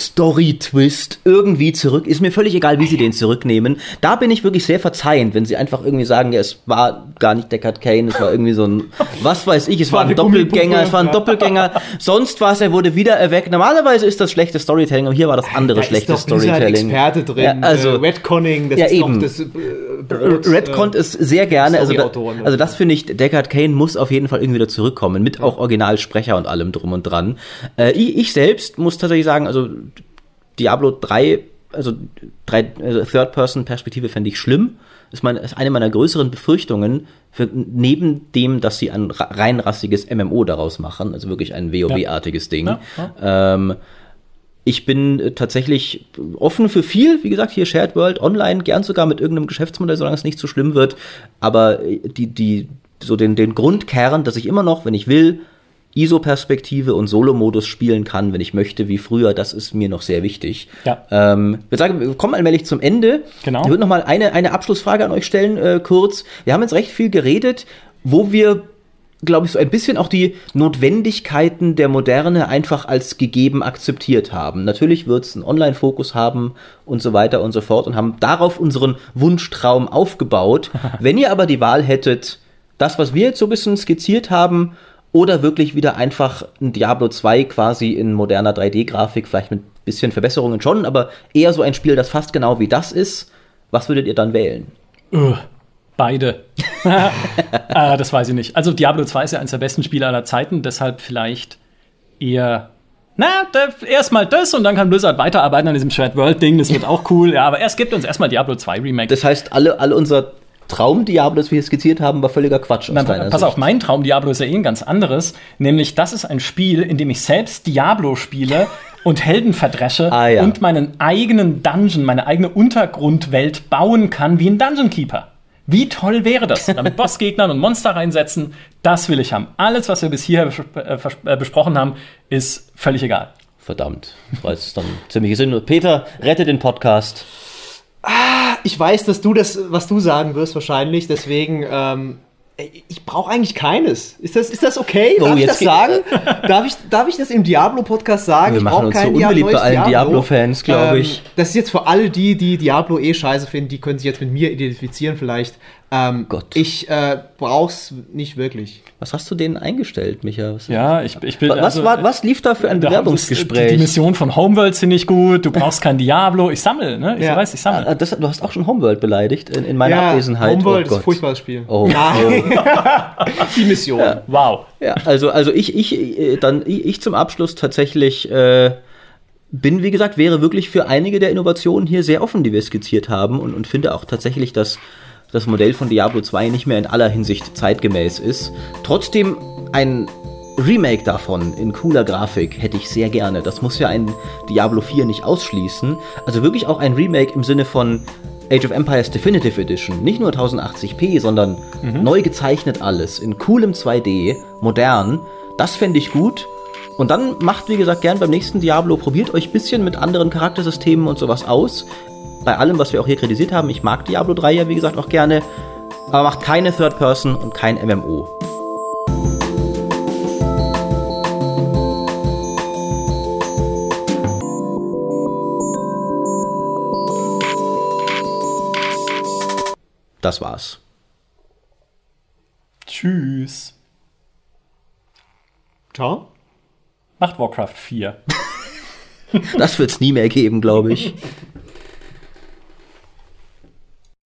Story-Twist irgendwie zurück, ist mir völlig egal, wie sie den zurücknehmen. Da bin ich wirklich sehr verzeihend, wenn sie einfach irgendwie sagen, ja, es war gar nicht Deckard Cain, es war irgendwie so ein, was weiß ich, es war ein eine Doppelgänger, Gummipuppe. es war ein Doppelgänger, sonst was, er wurde wieder erweckt. Normalerweise ist das schlechte Storytelling, aber hier war das andere Da schlechte ist doch Blizzard Storytelling. Experte drin. Ja, also, äh, Retconning, das ja, ist eben. doch das äh, Brot, Redcon äh, ist sehr gerne, also, da, Storyautoren. also das finde ich, Deckard Cain muss auf jeden Fall irgendwie wieder zurückkommen, mit auch Originalsprecher und allem drum und dran. Äh, ich, ich selbst muss tatsächlich sagen, also Diablo drei, also, drei, also Third-Person-Perspektive fände ich schlimm. Ist, mein, ist eine meiner größeren Befürchtungen, für, neben dem, dass sie ein ra- rein rassiges M M O daraus machen, also wirklich ein WoW-artiges Ding. Ja, ja. Ähm, Ich bin äh, tatsächlich offen für viel, wie gesagt, hier Shared World, online, gern sogar mit irgendeinem Geschäftsmodell, solange es nicht zu schlimm wird. Aber äh, die, die, so den, den Grundkern, dass ich immer noch, wenn ich will, I S O-Perspektive und Solo-Modus spielen kann, wenn ich möchte, wie früher, das ist mir noch sehr wichtig. Ja. Ähm, ich würde sagen, wir kommen allmählich zum Ende. Genau. Ich würde noch mal eine, eine Abschlussfrage an euch stellen, äh, kurz. Wir haben jetzt recht viel geredet, wo wir, glaube ich, so ein bisschen auch die Notwendigkeiten der Moderne einfach als gegeben akzeptiert haben. Natürlich wird es einen Online-Fokus haben und so weiter und so fort und haben darauf unseren Wunschtraum aufgebaut. Wenn ihr aber die Wahl hättet, das, was wir jetzt so ein bisschen skizziert haben, Oder wirklich wieder einfach ein Diablo zwei quasi in moderner drei D-Grafik, vielleicht mit ein bisschen Verbesserungen schon, aber eher so ein Spiel, das fast genau wie das ist. Was würdet ihr dann wählen? Uh, beide. äh, das weiß ich nicht. Also Diablo zwei ist ja eines der besten Spiele aller Zeiten, deshalb vielleicht eher, na, erstmal das und dann kann Blizzard weiterarbeiten an diesem Shared World-Ding, das wird auch cool. Ja, aber erst gibt uns erstmal Diablo zwei Remake. Das heißt, alle, alle unser Traum-Diablo, das wir hier skizziert haben, war völliger Quatsch. Na, pass Sicht. auf, mein Traum-Diablo ist ja eh ein ganz anderes. Nämlich, das ist ein Spiel, in dem ich selbst Diablo spiele und Helden verdresche ah, ja. und meinen eigenen Dungeon, meine eigene Untergrundwelt bauen kann wie ein Dungeon Keeper. Wie toll wäre das? Damit Bossgegnern und Monster reinsetzen, das will ich haben. Alles, was wir bis hier bes- äh, besprochen haben, ist völlig egal. Verdammt, das war jetzt dann ziemlich Sinn. Peter, rette den Podcast. Ah, ich weiß, dass du das, was du sagen wirst, wahrscheinlich. Deswegen, ähm, ich brauche eigentlich keines. Ist das, ist das okay? Darf oh, ich jetzt das sagen? darf, ich, darf ich das im Diablo-Podcast sagen? Wir ich machen uns kein so unbeliebt bei allen Diablo. Diablo-Fans, glaube ich. Ähm, das ist jetzt für alle die, die Diablo eh scheiße finden, die können sich jetzt mit mir identifizieren vielleicht. Ähm, Gott. Ich äh, brauch's nicht wirklich. Was hast du denen eingestellt, Micha? Was, ja, ich, ich bin. Was, also, war, was lief da für ein Bewerbungsgespräch? Die, die Mission von Homeworld finde ich gut. Du brauchst kein Diablo. Ich sammle, ne? Ich ja. weiß, ich sammle. Ah, das, du hast auch schon Homeworld beleidigt in, in meiner ja, Abwesenheit. Homeworld oh ist ein furchtbares Spiel. Oh, oh. Die Mission. Ja. Wow. Ja, also, also ich, ich, dann, ich, ich zum Abschluss tatsächlich äh, bin, wie gesagt, wäre wirklich für einige der Innovationen hier sehr offen, die wir skizziert haben und, und finde auch tatsächlich, dass das Modell von Diablo zwei nicht mehr in aller Hinsicht zeitgemäß ist. Trotzdem ein Remake davon in cooler Grafik hätte ich sehr gerne. Das muss ja ein Diablo vier nicht ausschließen. Also wirklich auch ein Remake im Sinne von Age of Empires Definitive Edition. Nicht nur tausendachtzig p, sondern mhm. neu gezeichnet alles. In coolem zwei D, modern. Das fände ich gut. Und dann macht, wie gesagt, gern beim nächsten Diablo, probiert euch ein bisschen mit anderen Charaktersystemen und sowas aus. Bei allem, was wir auch hier kritisiert haben, ich mag Diablo drei ja, wie gesagt, auch gerne, aber macht keine Third Person und kein M M O. Das war's. Tschüss. Ciao. Macht Warcraft vier. Das wird's nie mehr geben, glaube ich.